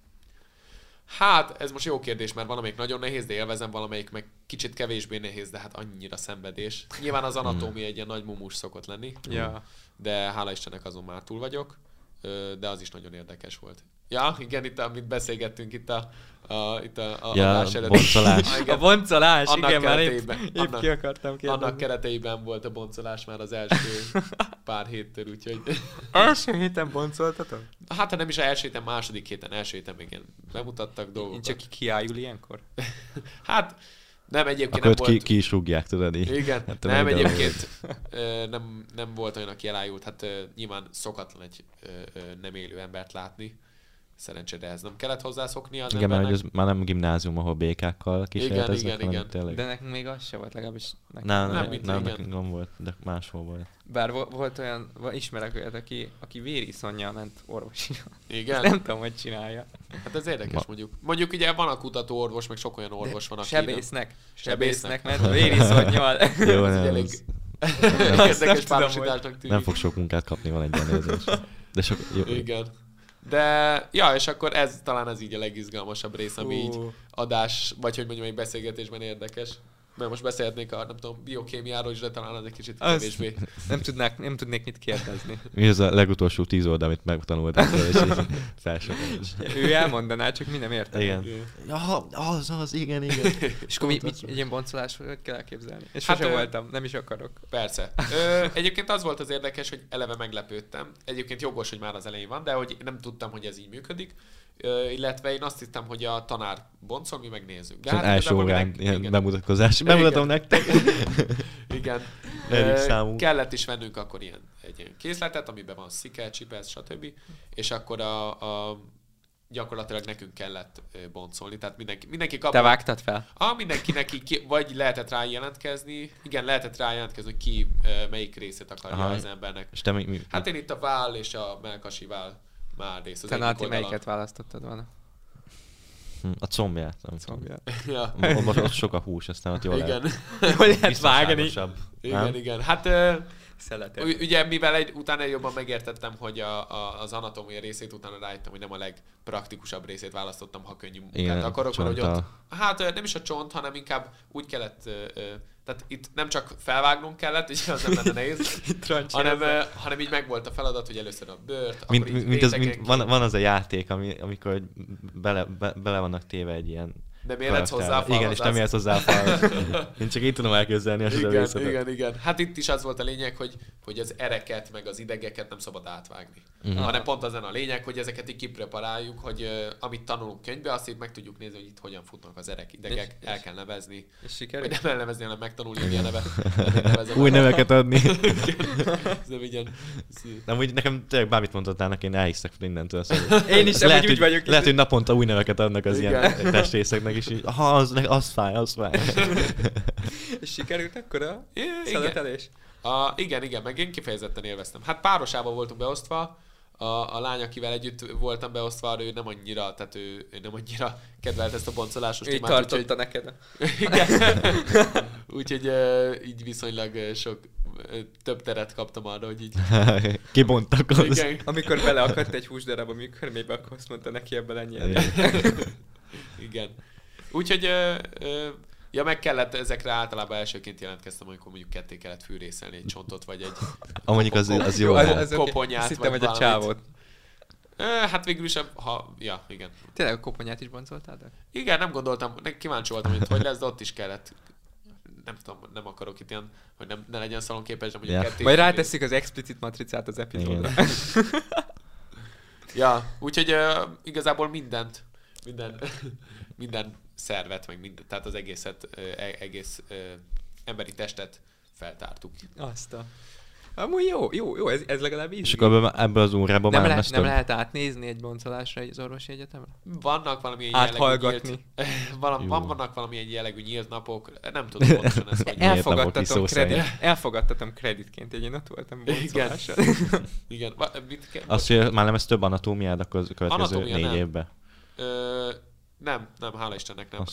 Hát, ez most jó kérdés, mert valamelyik nagyon nehéz, de élvezem, valamelyik meg kicsit kevésbé nehéz, de hát annyira szenvedés. Nyilván az anatómia egy ilyen nagy mumus szokott lenni, de hála Istennek azon már túl vagyok, de az is nagyon érdekes volt. Ja, igen, itt amit beszélgettünk itt a adás előtt. Boncolás. A boncolás, annak igen, már épp ki akartam kérdezni. Annak kereteiben volt a boncolás már az első pár héttől, úgyhogy... Első héten boncoltatok? Hát ha nem is az első héten, második héten, első héten még ilyen bemutattak dolgokat. Én csak kiájul ilyenkor? Hát nem, egyébként akkor nem volt... ki is rúgják, tudod így. Igen, hát nem egyébként nem volt olyan, aki elájult. Hát nyilván szokatlan egy nem élő embert látni. Szerencsére ez nem kellett hozzászokni az igen, embernek. mert ez már nem gimnázium, ahol békákkal kísérleteznek. Igen. Tényleg. De nekünk még az se volt, legalábbis nem nekünk volt, de máshol volt. Bár volt olyan, ismerek olyat, aki vériszonnyal ment orvosira. Igen? Nem tudom, hogy csinálja. Hát ez érdekes mondjuk. Mondjuk ugye van a kutató orvos, meg sok olyan orvos van, aki... Sebésznek ment vériszonnyal. Jó, ez nem, elég érdekes párosításnak tűnik. Nem fog sok munkát kapni, van egy elnézés. De sok... Igen. De, és akkor talán ez így a legizgalmasabb rész, ami így adás, vagy hogy mondjam, egy beszélgetésben érdekes. mert most beszélhetnék a, nem tudom, biokémiáról is, de talán az egy kicsit kevésbé. Nem tudnék mit kérdezni. Mi az a legutolsó 10 oldal, amit megtanultál, és felsorolod. Ő elmondaná, csak mi nem értem. Igen. Ja, az, igen. És akkor mit ilyen boncolásokat kell elképzelni? És Hát, sosem voltam, nem is akarok. Persze. Egyébként az volt az érdekes, hogy eleve meglepődtem. Egyébként jogos, hogy már az elején van, de hogy nem tudtam, hogy ez így működik. Illetve én azt hittem, hogy a tanár boncol, mi megnézzük. De hát első órán ilyen bemutatkozás. Bemutatom nektek. Igen. Kellett is vennünk akkor egy ilyen készletet, amiben van szike, csipesz, stb. És akkor gyakorlatilag nekünk kellett boncolni. Tehát mindenki kapott. Te vágtad fel? Mindenkinek vagy lehetett rá jelentkezni, hogy ki melyik részét akarja az embernek. És te mi? Hát én itt a váll és a melkasi váll már rész. Az te Náti, melyiket választottad volna? A combját. Ja. Ott sok a hús, aztán ott jól lehet. Jól lehet vágni. Igen. Hát ugye mivel utána jobban megértettem, hogy az anatómia részét utána rájöttem, hogy nem a legpraktikusabb részét választottam, ha könnyű munkát akarok, mert hogy ott, hát nem is a csont, hanem inkább úgy kellett, tehát itt nem csak felvágnunk kellett, ugye az nem lenne nehéz, hanem így megvolt a feladat, hogy először a bőrt, van az a játék, amikor bele vannak téve egy ilyen nem érhetsz hozzá a falhoz. Igen, és nem érhetsz hozzá a falhoz. Én csak így tudom elképzelni a részletet. Igen. Hát itt is az volt a lényeg, hogy az ereket, meg az idegeket nem szabad átvágni. Hanem pont az a lényeg, hogy ezeket így kipreparáljuk, hogy amit tanulunk könyvbe, azt így meg tudjuk nézni, hogy itt hogyan futnak az erek, idegek, el kell nevezni. És sikerült? Vagy nem elnevezni, hanem megtanulni, milyen neve. Új neveket adni. Nem, úgy nekem tényleg bármit mondhatnának, én elhiszek mindentől. Én is úgy vagyok. Lehet, hogy naponta új neveket adnak az ilyen testrészeknek, és így, az fáj. És sikerült akkor a szeletelés? Igen, meg én kifejezetten élveztem. Hát párosában voltunk beosztva, a lány, akivel együtt voltam beosztva, ő nem annyira kedvelt ezt a boncolásos témát. Ő tartotta neked. Igen. Úgyhogy így viszonylag több teret kaptam arra, hogy így... Kibontakoz. Amikor bele akadt egy húsdarab a műkörmébe, akkor azt mondta neki ebben ennyi. Igen. Úgyhogy meg kellett ezekre általában elsőként jelentkeztem, amikor mondjuk ketté kellett fűrészelni egy csontot, vagy egy mondjuk az jó. Koponyát, hittem, vagy a csávot. Hát végül is, igen. Tényleg a koponyát is boncoltál? Igen, nem gondoltam, kíváncsi voltam, hogy lesz, de ott is kellett. Nem tudom, nem akarok itt ilyen, hogy ne legyen szalonképes, de mondjuk ketté. Majd ráteszik az explicit matricát az epizódra. Úgyhogy igazából minden szervet, meg tehát az egész emberi testet feltártuk. Amúgy jó, ez legalább ízik. És akkor ebből az órában nem lehet átnézni egy boncolásra egy orvosi egyetemre? Vannak valamilyen áthallgatni. Vannak valamilyen jellegű nyílt napok, nem tudom pontosan ezt, hogy elfogadtatom kreditként, én ott voltam boncolásra. Igen. Azt, hogy már nem ez több anatómiád akkor a következő 4 évben? Nem, hála Istennek nem.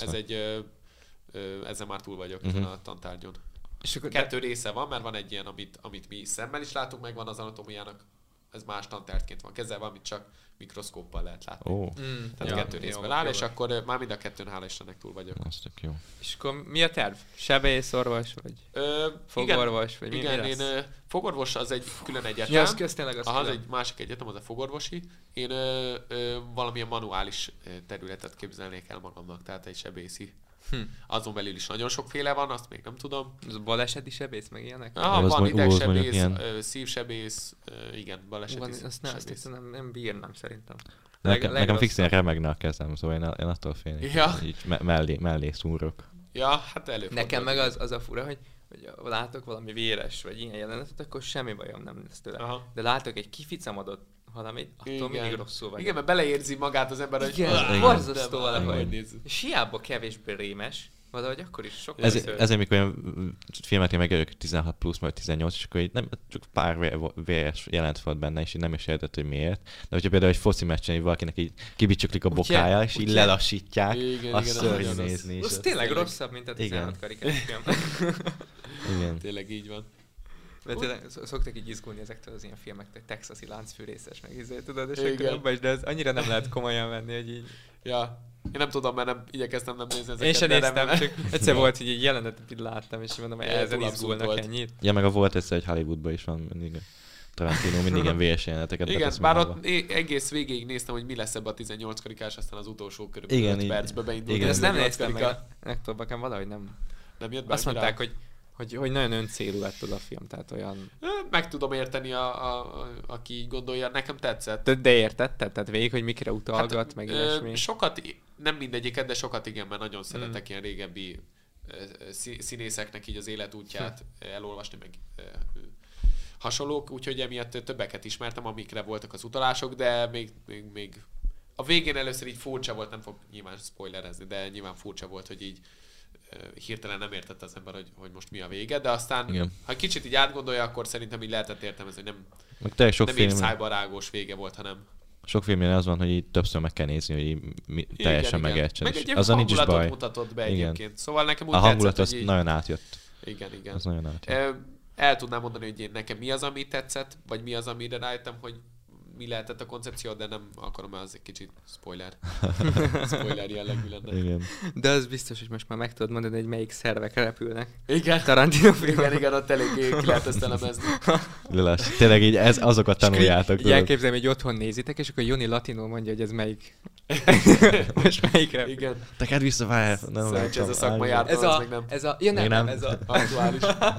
Ezzel már túl vagyok ezen a tantárgyon. És 2 része van, mert van egy ilyen, amit mi szemmel is látunk, meg van az anatómiának. Ez más tantárgyként van kezelve, amit csak mikroszkóppal lehet látni. Tehát 2 részben áll, és akkor már mind a 2-n hála Istennek túl vagyok. Az tök jó. És akkor mi a terv? Sebészorvos, vagy fogorvos? Vagy igen, én fogorvos az egy külön egyetem. Ja, az tényleg az egy másik egyetem, az a fogorvosi. Én valamilyen manuális területet képzelnék el magamnak, tehát egy sebészi. Azon belül is nagyon sokféle van, azt még nem tudom. Az baleseti sebész, meg ilyenek? Van idegsebész, szívsebész, igen, baleseti sebész. Azt nem bírnám szerintem. Nekem fixen remegne a kezem, szóval én attól félnék. Ja. Így mellé szúrok. Ja, hát előfordul. Nekem meg az a fura, hogy látok valami véres, vagy ilyen jelenetet, akkor semmi bajom nem lesz tőle. Aha. De látok egy kificamadott valamit, attól mindig rosszul vagy. Igen, mert beleérzi magát az ember, hogy borzasztó valahogy. És hiába kevésbé rémes, valahogy akkor is sokkal ezért mikor olyan filmet én megérök 16 plusz, vagy 18, és akkor így nem, csak pár véres jelent volt benne, és így nem is értett, hogy miért. De hogyha például egy foci meccsen valakinek így kibicsuklik a bokája, és így lelassítják, azt szörnyű nézni. Az tényleg rosszabb, mint a 16 karikás film. Igen. Tényleg így van. Mert tényleg szoktak így izgulni ezektől az ilyen filmektől, texasi láncfűrészes, meg tudod, és akkor abban is, de ez annyira nem lehet komolyan venni, hogy így... Ja. Én nem tudom, mert nem igyekeztem nem nézni ezeket. Én sem néztem, remélem. csak egyszer volt, hogy egy jelenetet így láttam, és mondom, hogy ezen túl abszurd izgulnak volt. ennyit. Ja, meg a volt egyszer, hogy Hollywoodban is van mindig. Tarantino mindig ilyen véres jeleneteket Igen, betesz bár magába. ott egész végig néztem, hogy mi lesz ebbe a 18 karikás, aztán az utolsó körülbelül Igen, 5 így- percbe beindult. igen. a Ezt nem 18 néztem meg. karika. Legtöbb nekem valahogy nem. Nem jött be Azt annyira? mondták, hogy nagyon öncélú lett az a film, tehát olyan... Meg tudom érteni, aki így gondolja, nekem tetszett. De értetted? Tehát végig, hogy mikre utalgat, meg ilyesmi. Sokat, nem mindegyiket, de sokat igen, mert nagyon szeretek ilyen régebbi színészeknek így az életútját elolvasni, meg hasonlók, úgyhogy emiatt többeket ismertem, amikre voltak az utalások, de még a végén először így furcsa volt, nem fog nyilván spoilerezni, de nyilván furcsa volt, hogy így hirtelen nem értette az ember, hogy most mi a vége, de aztán, Igen. ha kicsit így átgondolja, akkor szerintem így lehetett értelmezni, hogy Meg tényleg sok nem így film, szájbarágós vége volt, hanem sok filmnél az van, hogy így többször meg kell nézni, hogy így teljesen megértsen. Meg egy ilyen Azzal nincs is hangulatot baj. mutatott be Igen. egyébként. Szóval nekem úgy A hangulat tetszett, az hogy így... nagyon átjött. Igen. Az nagyon átjött. El tudnám mondani, hogy nekem mi az, ami tetszett, vagy mi az, amire rájöttem, hogy mi lehetett a koncepció, de nem akarom, mert az egy kicsit spoiler jellegű lenne. Igen. De az biztos, hogy most már meg tudod mondani, hogy melyik szervek repülnek. Igen, Tarantino film. igen, ott eléggé ki lehet ezt elemezni. Lilás. Tényleg így azokat tanuljátok. Így tudod. elképzelem, hogy otthon nézitek, és akkor Joni Latino mondja, hogy ez melyik. Most melyik repül. Igen, Teked vissza, várj. Nem Szerencsé ez a látom. szakma járt, Ez az a, még nem ja Még nem, nem. ez a... aktuális.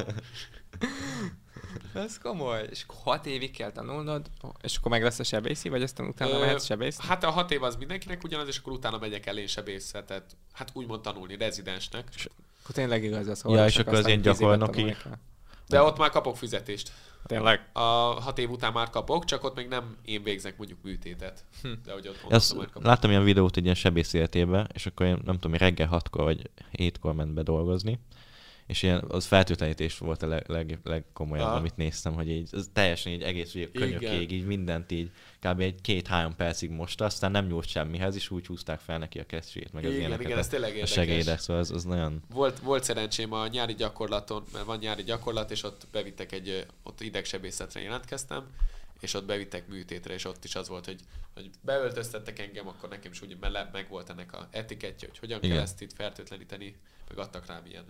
Ez komoly. És 6 évig kell tanulnod, és akkor meg lesz a sebészi, vagy aztán utána mehetsz sebészni? Hát a 6 év az mindenkinek ugyanaz, és akkor utána megyek el én sebészetet, hát úgymond tanulni rezidensnek. Akkor tényleg igaz az, Ja, és akkor az ilyen gyakornoki. De ott már kapok fizetést. Tényleg? A 6 év után már kapok, csak ott még nem én végzek mondjuk műtétet. De hogy ott Azt már kapok. láttam ilyen videót egy ilyen sebész életében, és akkor én nem tudom, reggel 6-kor vagy 7-kor ment be dolgozni, és ilyen, az feltöltenítés volt a legkomolyabb, Aha. amit néztem, hogy így, az teljesen így egész könyökéig, így mindent így kb. Egy 2-3 percig mosta, aztán nem nyúlt semmihez, és úgy húzták fel neki a kesztyűjét, meg az ilyeneket, igen, ez tényleg a érdekes. segédek, szóval az nagyon... Volt szerencsém a nyári gyakorlaton, mert van nyári gyakorlat, és ott bevittek ott idegsebészetre jelentkeztem, és ott bevittek műtétre, és ott is az volt, hogy beöltöztettek engem, akkor nekem is úgy meg volt ennek a etikettje, hogy hogyan kell ezt itt fertőtleníteni, meg adtak rám ilyen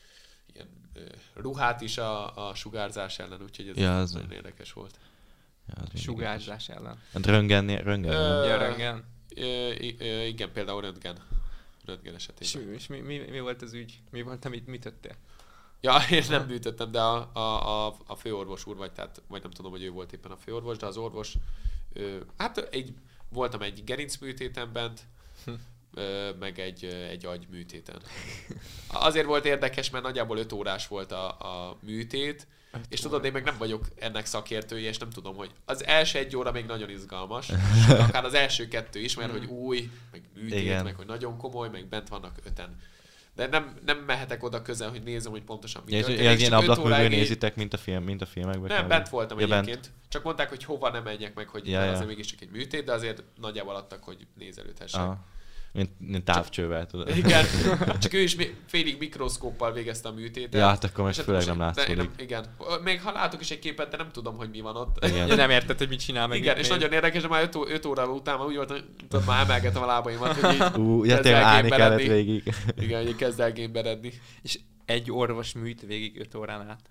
ruhát is a sugárzás ellen, úgyhogy ez Ja, az nagyon érdekes volt. Ja, az mindig Sugárzás ellen. Hát röntgen. Ja, röntgen. Igen, például röntgen esetében. És mi volt az ügy? Mi volt, amit mit tettél? Ja, én nem műtöttem, de a főorvos úr, vagy nem tudom, hogy ő volt éppen a főorvos, de az orvos, voltam egy gerincműtéten bent, meg egy agyműtéten. Azért volt érdekes, mert nagyjából 5 órás volt a műtét, és tudod, én meg nem vagyok ennek szakértője, és nem tudom, hogy az első 1 óra még nagyon izgalmas, de akár az első 2 is, mert hogy új, meg műtét, igen. meg hogy nagyon komoly, meg bent vannak 5-en. De nem mehetek oda közel, hogy nézem, hogy pontosan mi Ja, történik. ilyen ablakművől nézitek, mint a filmekben? Nem, bent voltam ja, egyébként. Bent. Csak mondták, hogy hova nem menjek meg, hogy azért mégiscsak egy műtét, de azért nagyjából adtak, hogy nézelődhessek. Mint távcsővel, tudod. Igen, csak ő is félig mikroszkóppal végezte a műtétet. Ja, hát akkor most főleg nem látszódik. Igen, még ha látok is egy képet, de nem tudom, hogy mi van ott. Igen. Ja, nem érted, hogy mit csinál meg. Igen, és nagyon érdekes, de már 5 óra után már úgy volt, hogy tudod, már emelgetem a lábaimat, hogy így ja, tényleg állni kellett végig. Igen, hogy kezd el gémberedni. És egy orvos műt végig 5 órán át.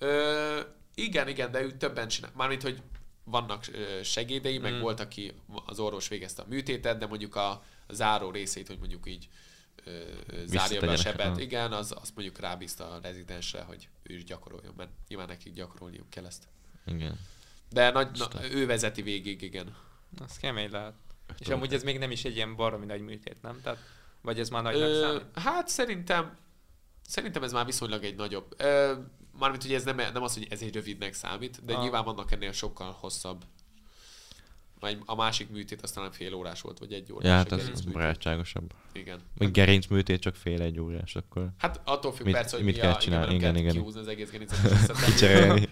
Igen, de ő többen csinál. Mármint, hogy vannak segédei, meg volt, aki az orvos végezte a műtétet, de mondjuk a záró részét, hogy mondjuk így zárja be a sebet. Igen, azt mondjuk rábízta a rezidensre, hogy ő is gyakoroljon, mert nyilván nekik gyakorolniuk kell ezt. Igen. De ő vezeti végig, igen. Az kemény lehet. És amúgy ez még nem is egy ilyen baromi nagy műtét, nem? Tehát, vagy ez már nagynak számít? Hát szerintem ez már viszonylag egy nagyobb. Mármint, hogy ez nem az, hogy ez egy rövidnek számít, de nyilván vannak ennél sokkal hosszabb. A másik műtét aztán fél órás volt, vagy 1 órás. Ja, hát az barátságosabb. Igen. Meg gerincműtét csak fél-1 órás, akkor... Hát attól függ persze, hogy mit kell csinálni. Igen. Kihúzni az egész gerincet. Kicserélni.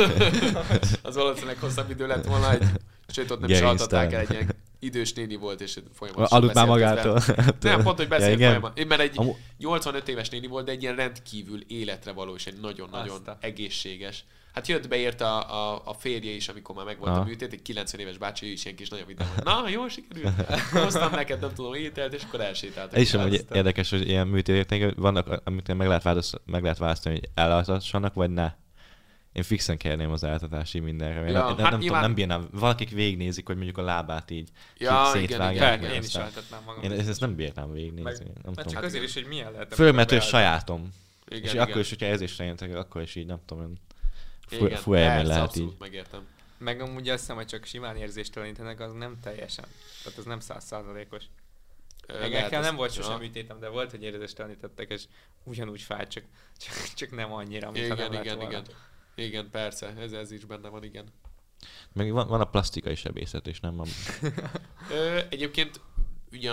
Az valószínűleg hosszabb idő lett volna, sőt ott nem is altatták el, egy ilyen idős néni volt, és folyamatosan aludt már magától. Nem, pont, hogy beszélt folyamatosan. Mert egy Amú... 85 éves néni volt, de egy ilyen rendkívül életre való, és egy nagyon-nagyon egészséges. Hát jött, beért a férje is, amikor már megvolt a műtét, egy 90 éves bácsi, ő is ilyen kis nagyon vidám volt. Na, jól sikerült. Hoztam neked, nem tudom, ételt, és akkor elsétáltak. És amúgy érdekes, hogy ilyen műtétek vannak, amit meg lehet választani, hogy elaltassanak, vagy ne. Én fixen kérném az eltartási mindenre. Ja, nem tudom, nem bírnám. Valakik végignézik, hogy mondjuk a lábát így szétvágják. Én is eltetném magam. Én ezt nem bírnám végignézni. Csak azért is, hogy milyen lehet. Főleg, mert ő sajátom. Igen, és igen. akkor is, hogyha érzésre jöntek, akkor is így, nem tudom, fú élmény lehet így. Megértem. Meg amúgy azt hiszem, hogy csak simán érzéstelenítenek, az nem teljesen. Tehát az nem 100%-os. Nekem nem volt sosem műtétem, de volt, hogy érzéstelenítettek, és ugyanúgy fájt, csak nem annyira, mint ha nem lett volna. Igen, persze, ez is benne van, igen. Meg van a plastikai sebészet, és nem a... Egyébként ugye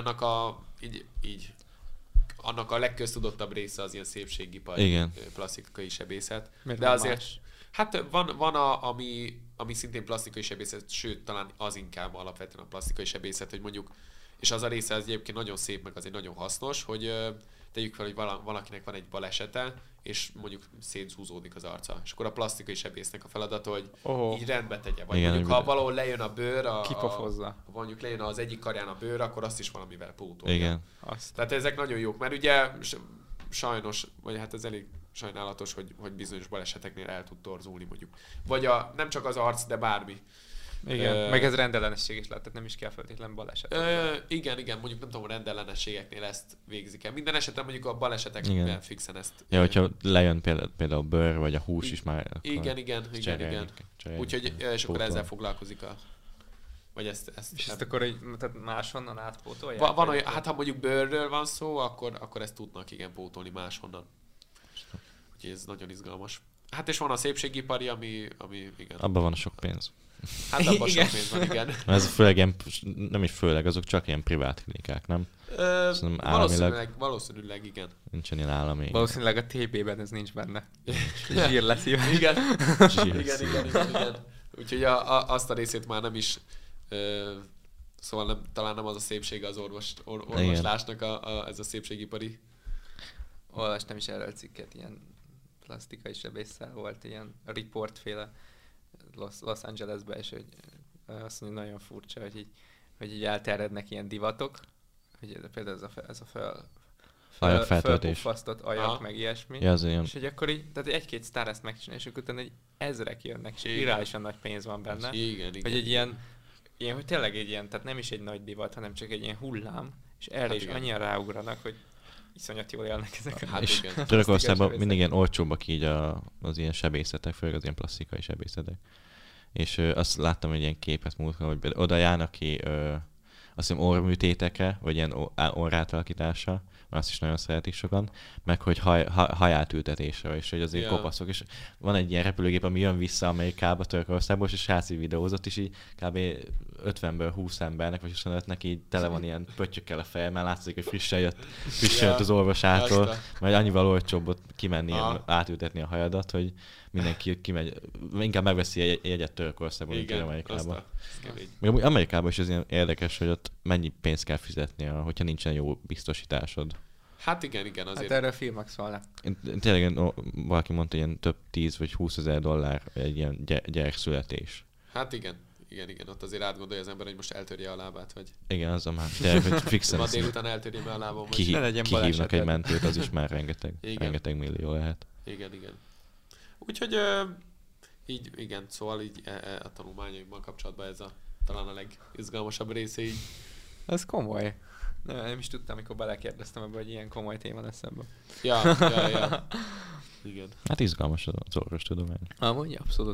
annak a legköztudottabb része az ilyen szépségipari plastikai sebészet. Miért de azért más? Hát van ami szintén plastikai sebészet, sőt talán az inkább alapvetően a plastikai sebészet, hogy mondjuk, és az a része az egyébként nagyon szép, meg azért nagyon hasznos, hogy tegyük fel, hogy valakinek van egy balesete, és mondjuk szétzúzódik az arca. És akkor a plastikai sebésznek a feladata, hogy így rendbe tegye. Vagy mondjuk, ha valahol lejön a bőr, kipofozza. Mondjuk lejön az egyik karján a bőr, akkor azt is valamivel pótolja. Igen. Tehát ezek nagyon jók, mert ugye sajnos, vagy hát ez elég sajnálatos, hogy bizonyos baleseteknél el tud torzulni mondjuk. Vagy nem csak az arc, de bármi. Igen, meg ez rendellenesség is lehet, tehát nem is kell feltétlenül baleset. Igen, mondjuk nem tudom, rendellenességeknél ezt végzik el. Minden esetben mondjuk a baleseteknél fixen ezt. Ja, hogyha lejön például a bőr, vagy a hús is már... Igen. Úgyhogy, és akkor ezzel foglalkozik vagy ezt és ezt akkor tehát máshonnan átpótolják? Van olyan, hát ha mondjuk bőrről van szó, akkor ezt tudnak igen pótolni máshonnan. Úgyhogy ez nagyon izgalmas. Hát és van a szépségipari, ami igen. Abban van sok pénz. Hát abban sok pénz van, igen. Ez főleg ilyen, nem is főleg, azok csak ilyen privát klinikák, nem? Valószínűleg igen. Nincsen ilyen állami. Valószínűleg a TB-ben ez nincs benne. Zsír lesz jó. Igen. Úgyhogy azt a részét már nem is... Szóval talán nem az a szépsége az orvoslásnak ez a szépségipari. Olvastam is erről cikket, ilyen plastikai sebésszel volt, ilyen riportféle Los Angelesben, és hogy azt mondja, nagyon furcsa, hogy így elterjednek ilyen divatok, hogy például ez a felpuffasztott ajak, meg ilyesmi. Ja, és hogy akkor így, tehát egy-két sztár ezt megcsinálja, és akkor utána egy ezrek jönnek, és irányosan nagy pénz van benne. Igen. Hogy egy ilyen, hogy tényleg egy ilyen, tehát nem is egy nagy divat, hanem csak egy ilyen hullám, és erre is annyian ráugranak, hogy iszonyat jól élnek ezek. Hát és Törökországban mindig ilyen olcsóbbak így az ilyen sebészetek, főleg az ilyen plastikai sebészetek. És azt láttam, hogy ilyen képet múltkor, hogy oda járnak ki azt hiszem orrműtétekre, vagy ilyen orrátalakításra, mert azt is nagyon szeretik sokan, meg hogy hajátültetésre, és hogy azért kopaszok. És van egy ilyen repülőgép, ami jön vissza Amerikába, Törökországból, és srác videózott, és így kb. 50-ből 20 embernek, vagy 25-nek így tele van ilyen pöttyökkel a feje, mert látszik, hogy frissen jött az orvosától, majd annyival olcsóbb ott kimenni, átültetni a hajadat, hogy mindenki kimegy, inkább megveszi egy jegyet Törökországból, mint Amerikába. Még Amerikában is ez ilyen érdekes, hogy ott mennyi pénzt kell fizetnie, hogyha nincsen jó biztosításod. Hát igen, azért. Hát erről filmek szólnak. Tényleg valaki mondta, hogy ilyen több 10 vagy 20 ezer dollár egy ilyen gyerekszületés. Hát igen, ott azért átgondolja az ember, hogy most eltörje a lábát, vagy... Igen, az a már tényleg, hogy fixen... Ma délután eltörje be a lábam, vagy... Kihívnak egy mentőt, az is már rengeteg millió lehet. Igen. Úgyhogy így, igen, szóval így a tanulmányaimmal kapcsolatban ez talán a legizgalmasabb része így. Ez komoly. Nem is tudtam, amikor belekérdeztem ebbe, hogy ilyen komoly téma lesz ebben. Ja. Igen. Hát izgalmas az orvostudomány. Amúgy abszolút.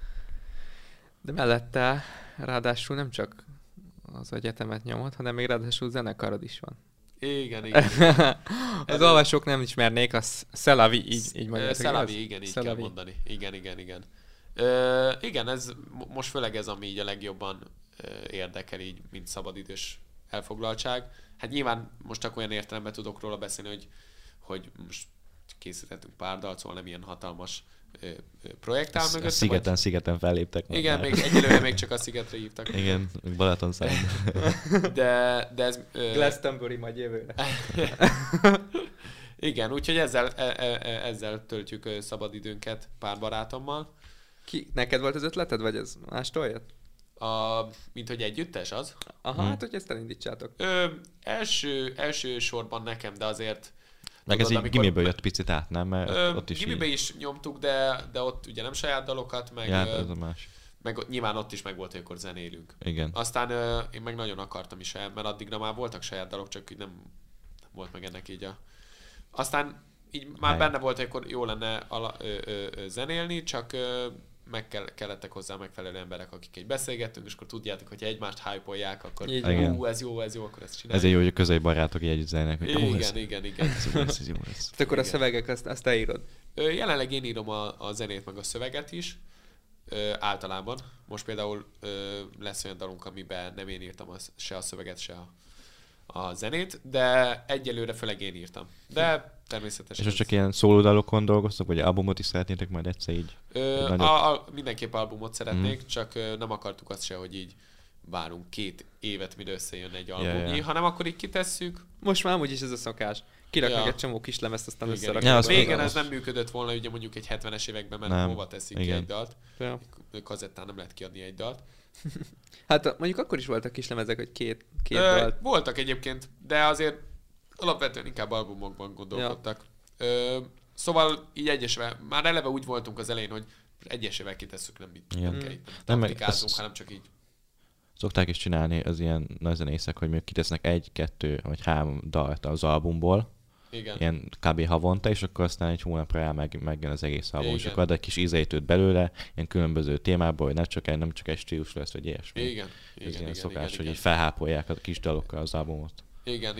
De mellette ráadásul nem csak az egyetemet nyomod, hanem még ráadásul zenekarod is van. Igen. Az olvasók nem ismernék, az Szelavi, így mondják. Szelavi, igen, így kell mondani. Igen. Igen, ez most főleg ez, ami így a legjobban érdekel, így, mint szabadidős elfoglaltság. Hát nyilván most csak olyan értelemben tudok róla beszélni, hogy most készítettünk pár dalt, szóval nem ilyen hatalmas projekt áll mögött. Szigeten felléptek. Igen, még egyelőre még csak a Szigetre hívtak. Igen, Balatonszám. De ez... Glastonbury majd jövőre. Igen, úgyhogy ezzel töltjük szabadidőnket pár barátommal. Neked volt az ötleted, vagy ez mástól jött? Mint hogy együttes az? Aha, hát hogy ezt elindítsátok. Első sorban nekem, de azért... Meg ez így gimiből jött picit át, nem? Mert ott is gimibe is nyomtuk, de ott ugye nem saját dalokat, meg... Ja, ez a más. Meg nyilván ott is meg volt, hogy akkor zenélünk. Igen. Aztán én meg nagyon akartam is mert addigra már voltak saját dalok, csak így nem volt meg ennek így Aztán így már benne volt, hogy akkor jó lenne zenélni, csak kellettek hozzá megfelelő emberek, akik egy beszélgettünk, és akkor tudjátok, hogyha egymást hype-olják, akkor ez jó, akkor ezt csináljuk. Ezért jó, hogy a közeli barátok így együtt zenélnek, hogy igen. Ez jó lesz. Tehát akkor a szövegek, azt te írod? Jelenleg én írom a zenét, meg a szöveget is. Általában. Most például lesz olyan dalunk, amiben nem én írtam se a szöveget, se a zenét, de egyelőre főleg én írtam. De természetesen... És most csak ilyen szólódalokon dolgoztok, vagy albumot is szeretnétek majd egyszer így? Mindenképp albumot szeretnék, csak nem akartuk azt se, hogy így várunk 2 évet, mire összejön egy albumnyi, hanem akkor így kitesszük. Most már amúgy is ez a szokás. Kiraknak egy csomó kis lemezt, aztán összeraknak. Régen ez nem működött volna, ugye mondjuk egy 70-es években, mert hova teszik ki egy dalt. Ja. Kazettán nem lehet kiadni egy dalt. Hát mondjuk akkor is voltak kis lemezek, hogy két dalt. Voltak egyébként, de azért alapvetően inkább albumokban gondolkodtak. Ja. Szóval így egyesével, már eleve úgy voltunk az elején, hogy egyesével kitesszük, nem taktikázunk, hanem csak így. Szokták is csinálni az ilyen nagy zenészek, hogy még kitesznek 1, 2 vagy 3 dalt az albumból. Igen. Ilyen kb. Havonta, és akkor aztán egy hónapra rá megjön az egész album, és akkor ad egy kis ízeit belőle, ilyen különböző témából, hogy nem csak egy stílus lesz, vagy ilyesmi. Igen. Ez ilyen szokás, hogy így felhápolják a kis dalokkal az albumot. Igen.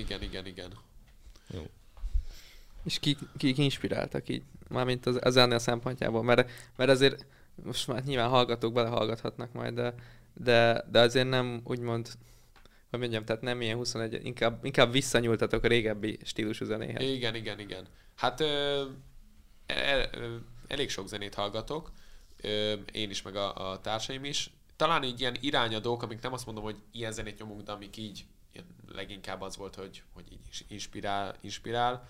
Jó. És ki inspiráltak így? Mármint az ennél szempontjából, mert azért most már nyilván hallgatók belehallgathatnak majd, de azért nem úgymond, hogy mondjam, tehát nem ilyen 21, inkább visszanyúltatok a régebbi stílusú zenéhez. Igen. Hát elég sok zenét hallgatok, én is, meg a társaim is. Talán így ilyen irányadók, amik nem azt mondom, hogy ilyen zenét nyomunk, de amik így leginkább az volt, hogy így inspirál.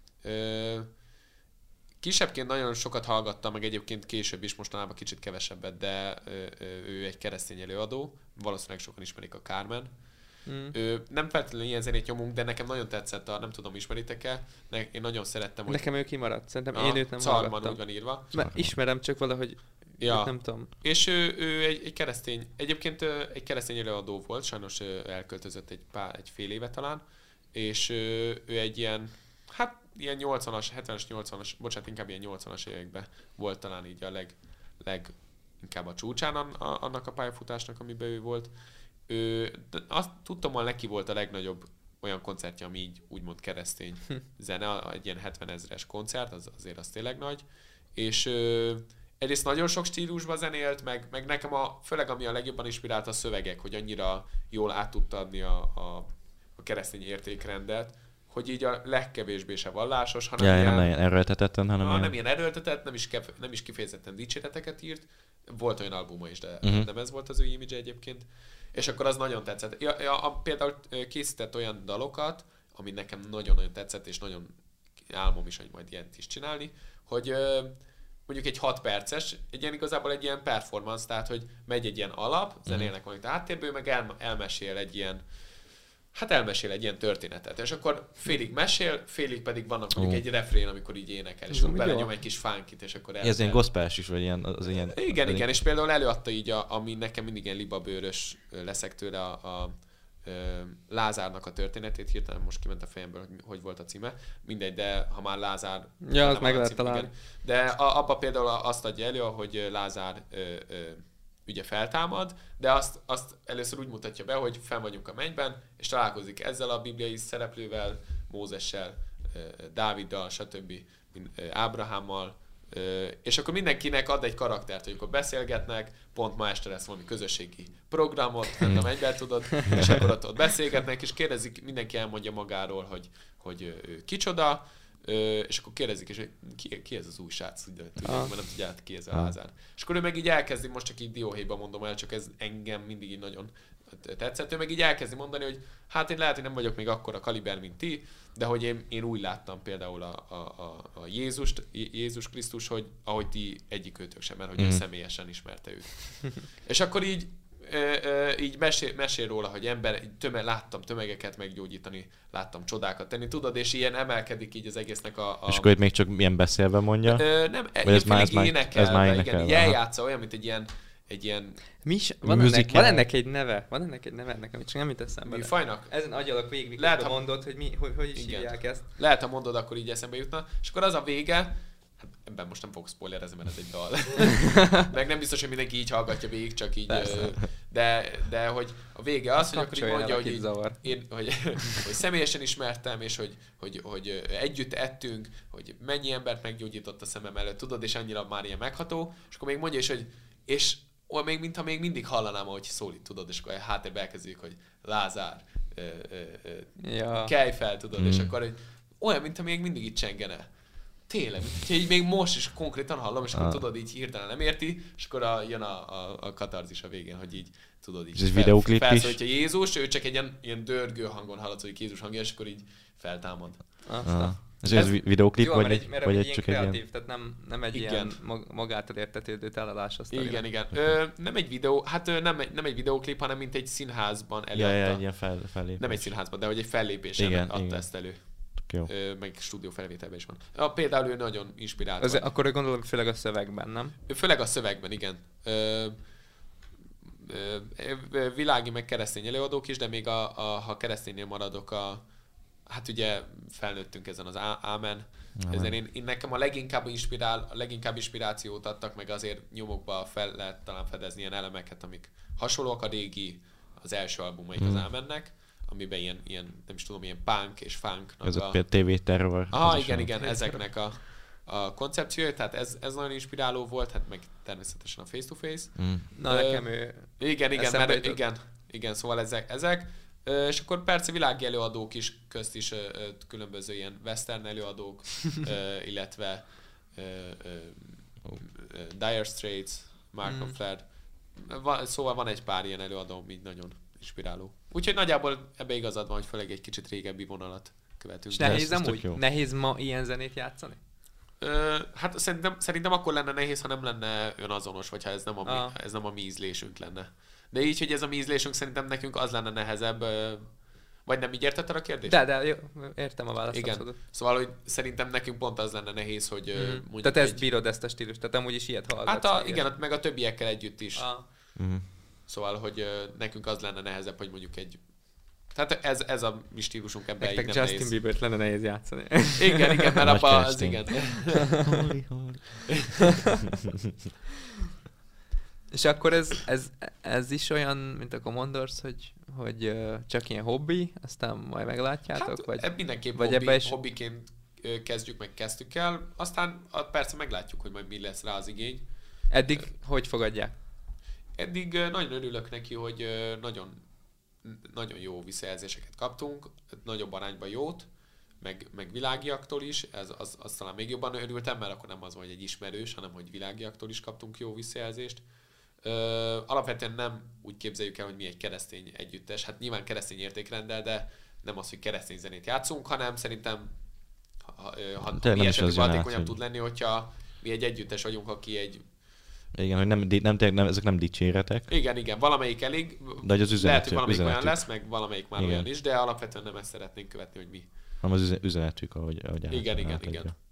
Kisebbként nagyon sokat hallgattam, meg egyébként később is, mostanában kicsit kevesebbet, de ő egy keresztény előadó, valószínűleg sokan ismerik, a Carmen. Nem feltétlenül ilyen zenét nyomunk, de nekem nagyon tetszett, nem tudom, ismeritek-e, én nagyon szerettem, hogy... Nekem ő kimaradt, szerintem én őt nem hallgattam. hallgattam. Úgy van írva. Ismerem, csak valahogy nem tudom. És ő egy keresztény, egyébként egy keresztény előadó volt, sajnos elköltözött egy fél éve talán, és ő egy ilyen, ilyen 80-as, 70-es, 80-as, bocsánat, inkább ilyen 80-as években volt talán így a inkább a csúcsán annak a pályafutásnak, amiben ő volt. De azt tudtam, hogy neki volt a legnagyobb olyan koncertje, ami így úgymond keresztény zene, egy ilyen 70 000-es koncert, azért az tényleg nagy. És egyrészt nagyon sok stílusban zenélt, meg nekem főleg ami a legjobban inspirált a szövegek, hogy annyira jól át tudta adni a keresztény értékrendet, hogy így a legkevésbé se vallásos, hanem nem ilyen erőltetetten, hanem nem ilyen erőltetett, nem is kifejezetten dicséreteket írt. Volt olyan albuma is, de nem ez volt az ő image egyébként. És akkor az nagyon tetszett. Például készített olyan dalokat, ami nekem nagyon-nagyon tetszett, és nagyon álmom is, hogy majd ilyet is csinálni, hogy mondjuk egy 6 perces, igazából egy ilyen performance, tehát hogy megy egy ilyen alap, zenélnek valamit háttérből, meg elmesél egy ilyen történetet. És akkor félig mesél, félig pedig vannak mondjuk egy refrén, amikor így énekel, és akkor belenyom egy kis funkit, és akkor ez ilyen gospel is, vagy ilyen... Az ilyen igen, és például előadta így, ami nekem mindig ilyen libabőrös leszek tőle, a Lázárnak a történetét, hirtelen most kiment a fejemből, hogy volt a címe. Mindegy, de ha már Lázár... Ja, az meg lehet találni. De abban például azt adja elő, hogy Lázár ugye feltámad, de azt először úgy mutatja be, hogy fenn vagyunk a mennyben, és találkozik ezzel a bibliai szereplővel, Mózessel, Dáviddal, stb. Ábrahámmal, és akkor mindenkinek ad egy karaktert, hogy akkor beszélgetnek, pont ma este lesz valami közösségi programot, fent a mennyben tudod, és akkor ott beszélgetnek, és kérdezik, mindenki elmondja magáról, hogy ő kicsoda, és akkor kérdezik is, hogy ki ez az új srác, mert nem tudják, ki ez a Lázár. És akkor ő meg így elkezdi, most csak így dióhéjban mondom el, csak ez engem mindig így nagyon tetszett. Ő meg így elkezdi mondani, hogy hát én lehet, hogy nem vagyok még akkora kaliber, mint ti, de hogy én úgy láttam például a Jézus Krisztus, hogy ahogy ti egyikőtök sem, mert hogy ő személyesen ismerte őt. És akkor így mesél róla, hogy láttam tömegeket meggyógyítani, láttam csodákat tenni, tudod, és ilyen emelkedik így az egésznek a... És akkor itt még csak milyen beszélve mondja? Nem, ez már énekel, igen, így eljátsza olyan, mint egy ilyen van ennek egy neve ennek, amit csak nem jut eszembe. Műfajnak? Ezen agyalok végig, mikor mondod, hogy hogy is hívják ezt. Lehet, ha mondod, akkor így eszembe jutna. És akkor az a vége, hát ebben most nem fogok spoilerezni, mert ez egy dal. Meg nem biztos, hogy mindenki így hallgatja végig, csak így. De hogy a vége az, hogy akkor így mondja, hogy személyesen ismertem, és hogy együtt ettünk, hogy mennyi embert meggyógyított a szemem előtt, tudod, és annyira már ilyen megható. És akkor még mondja is, hogy és még mintha még mindig hallanám, ahogy szólít, tudod, és akkor háttérbe elkezdjük, hogy Lázár, kelj fel, tudod, és akkor hogy olyan, mintha még mindig itt csengene. Tényleg, így még most is konkrétan hallom, és akkor tudod, így hirtelen nem érti, és akkor jön a katarzis a végén, hogy így tudod, így felszólítja Jézus, ő csak egy ilyen dörgő hangon hallatszik Jézus hangja, és akkor így feltámad. Ez videóklip, jó, vagy egy csak kreatív, egy ilyen... tehát nem egy ilyen magától értetődő elalás. Igen. Nem egy videó, hát nem egy videóklip, hanem mint egy színházban előadta. Ja, egy ilyen fellépés. Nem egy színházban, de hogy egy fellépésen adta ezt elő. Jó. Meg stúdió felvételben is van. Például ő nagyon inspirált. Akkor gondolom főleg a szövegben, nem? Főleg a szövegben, igen. Világi meg keresztény előadók is, de még ha kereszténynél maradok, hát ugye felnőttünk ezen az Ámen. Ezen én nekem a leginkább inspirációt adtak, meg azért nyomokba fel lehet talán fedezni ilyen elemeket, amik hasonlóak a régi, az első albumaik az Ámennek, amiben ilyen, nem is tudom, ilyen punk és funknak ez a TV-terror. Igen, ezeknek a koncepciója, tehát ez nagyon inspiráló volt, hát meg természetesen a Face to Face. Na nekem ő... Igen, szóval ezek. És akkor persze világi előadók is, közt is különböző ilyen western előadók, illetve Dire Straits, Mark Knopfler. Szóval van egy pár ilyen előadó, így nagyon inspiráló. Úgyhogy nagyjából ebbe igazad van, hogy főleg egy kicsit régebbi vonalat követünk. És nehéz ma ilyen zenét játszani? Hát szerintem akkor lenne nehéz, ha nem lenne önazonos, vagy ha ez nem a mi ízlésünk lenne. De így, hogy ez a mi ízlésünk, szerintem nekünk az lenne nehezebb. Vagy nem így értetted a kérdést? De jó, értem a választ. Igen. Szóval, hogy szerintem nekünk pont az lenne nehéz, hogy mondjuk tehát ezt bírod, ezt a stílust, tehát amúgy is ilyet hallgatsz. Hát igen, meg a többiekkel együtt is. Szóval, hogy nekünk az lenne nehezebb, hogy mondjuk tehát ez a mi stílusunk ebben így nem Justin nehéz. Biebert lenne nehéz játszani. Igen, mert abban az igen. És akkor ez is olyan, mint a Commodores, hogy csak ilyen hobbi, aztán majd meglátjátok? Hát vagy mindenképp vagy hobbiként kezdtük el, aztán persze meglátjuk, hogy majd mi lesz rá az igény. Eddig hogy fogadják? Eddig nagyon örülök neki, hogy nagyon jó visszajelzéseket kaptunk, nagyobb arányban jót, meg világiaktól is, az talán még jobban örültem, mert akkor nem az, hogy egy ismerős, hanem hogy világiaktól is kaptunk jó visszajelzést. Alapvetően nem úgy képzeljük el, hogy mi egy keresztény együttes, hát nyilván keresztény értékrenddel, de nem az, hogy keresztény zenét játszunk, hanem szerintem ha mi esetünk hatékonyabb tud lenni, hogyha mi egy együttes vagyunk, aki egy... Igen, hogy nem, ezek nem dicséretek. Igen, valamelyik elég, de az lehet, hogy valamelyik olyan lesz, meg valamelyik már olyan is, de alapvetően nem ezt szeretnénk követni, hogy mi. Nem az üzenetük, ahogy Igen.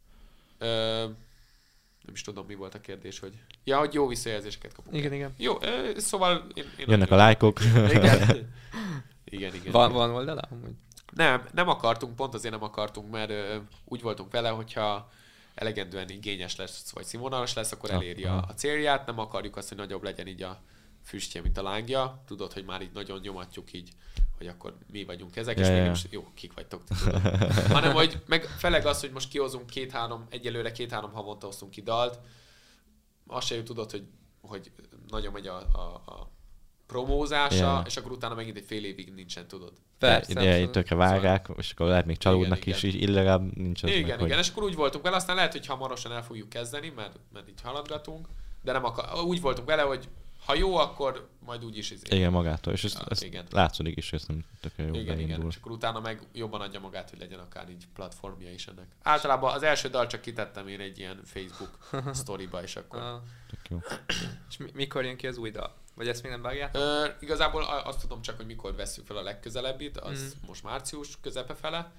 Nem is tudom, mi volt a kérdés, hogy... Ja, hogy jó visszajelzéseket kapunk. Igen. Jó, szóval... Jönnek a lájkok. Igen. Van oldala? Nem akartunk, pont azért nem akartunk, mert úgy voltunk vele, hogyha elegendően igényes lesz, vagy színvonalas lesz, akkor eléri a célját. Nem akarjuk azt, hogy nagyobb legyen így a füstje, mint a lángja. Tudod, hogy már így nagyon nyomatjuk így, hogy akkor mi vagyunk ezek, és még nem is... Jó, kik vagytok, tudom. Hanem, hogy meg feleg az, hogy most kihozunk egyelőre 2-3 havonta hoztunk ki dalt. Azt se tudod, hogy nagyon megy a promózása, és akkor utána megint egy fél évig nincsen, tudod. Persze. Itt tökre vágják, és akkor lehet még csalódnak is, így illegább nincs az Igen, és akkor úgy voltunk vele, aztán lehet, hogy hamarosan el fogjuk kezdeni, mert így haladgatunk, de nem úgy voltunk vele, hogy ha jó, akkor majd úgyis Igen, magától. És Ja, ezt igen. látszódik is, hogy ez nem tökre jó Igen, beindul. és akkor utána meg jobban adja magát, hogy legyen akár így platformja is ennek. Általában az első dal csak kitettem én egy ilyen Facebook sztoriba, és akkor... Tök jó. És mikor jön ki az új dal? Vagy ezt még nem vágjátok? Igazából azt tudom csak, hogy mikor vesszük fel a legközelebbit, az most március közepe fele.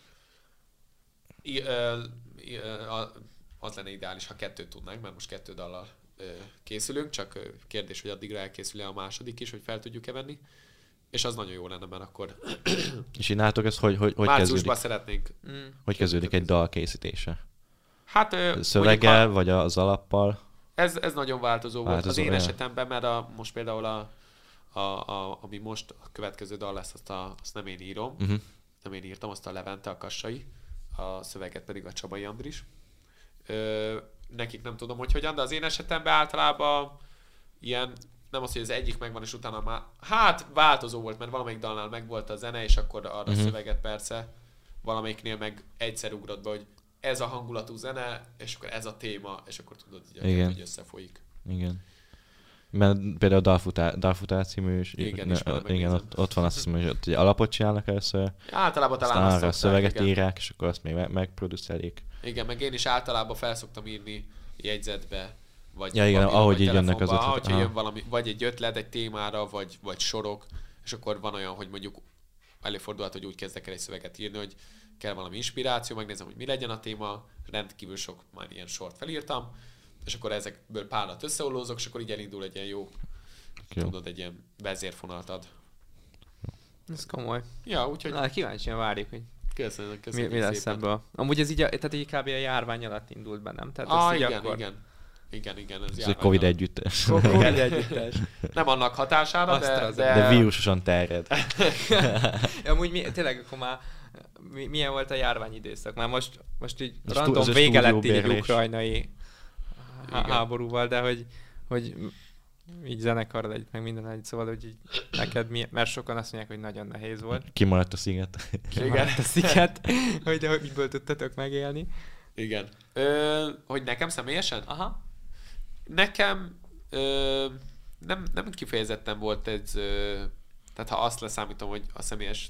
Az lenne ideális, ha 2 tudnánk, mert most 2 dallal készülünk, csak kérdés, hogy addigra elkészül-e a második is, hogy fel tudjuk-e venni. És az nagyon jó lenne, mert akkor És így nálatok ez hogy márciusban kezdődik? szeretnénk. Hogy kezdődik egy dal készítése? Hát Szöveggel, vagy az alappal? Ez nagyon változó volt az én olyan. esetemben, mert most például ami most a következő dal lesz, azt nem én írom. Nem én írtam, azt a Levente, a Kassai, a szöveget pedig a Csabai Andris. Nekik nem tudom, hogy hogyan, de az én esetemben általában ilyen, nem az, hogy az egyik megvan, és utána már, hát változó volt, mert valamelyik dalnál megvolt a zene, és akkor arra a szöveget persze, valamelyiknél meg egyszer ugrott be, hogy ez a hangulatú zene, és akkor ez a téma, és akkor tudod, hogy összefolyik. Igen. Mert például a Dalfutár című is. Igen, ott van, azt hiszem, hogy ott ugye alapot csinálnak először. Általában talán aztán azt arra a szokták, szöveget igen. írják, és akkor azt még megproducerik. Igen, meg én is általában felszoktam írni jegyzetbe, vagy Ja, igen, papíron, ahogy vagy így jönnek az telefonba, ötletek. hogyha jön Aha. valami, vagy egy ötlet egy témára, vagy sorok, és akkor van olyan, hogy mondjuk előfordulhat, hogy úgy kezdek el egy szöveget írni, hogy kell valami inspiráció, megnézem, hogy mi legyen a téma, rendkívül sok már ilyen sort felírtam, és akkor ezekből párat összeollózok, és akkor így elindul egy ilyen jó. Tudod, egy ilyen vezérfonalat ad. Ez komoly. Ja, úgyhogy... Na, kíváncsian várjuk, hogy Köszönöm mi lesz szépen. ebből. Amúgy ez így, tehát így kb. A járvány alatt indult bennem. Tehát ezt így Igen, akkor... igen. Ez Ez egy járvány Covid alatt. együttes. Covid együttes. Nem annak hatására, De vírusosan terjed. Amúgy tényleg akkor már milyen volt a járványidőszak? Már most így A random az a vége lett így egy stúdióbérlés. ukrajnai háborúval, de hogy így zenekar egy, meg minden egy, szóval, hogy így neked mert sokan azt mondják, hogy nagyon nehéz volt. Kimaradt a sziget. Kimaradt a sziget, hogy miből tudtatok megélni. Igen. Hogy nekem személyesen? Aha. Nekem nem kifejezetten volt ez, tehát ha azt leszámítom, hogy a személyes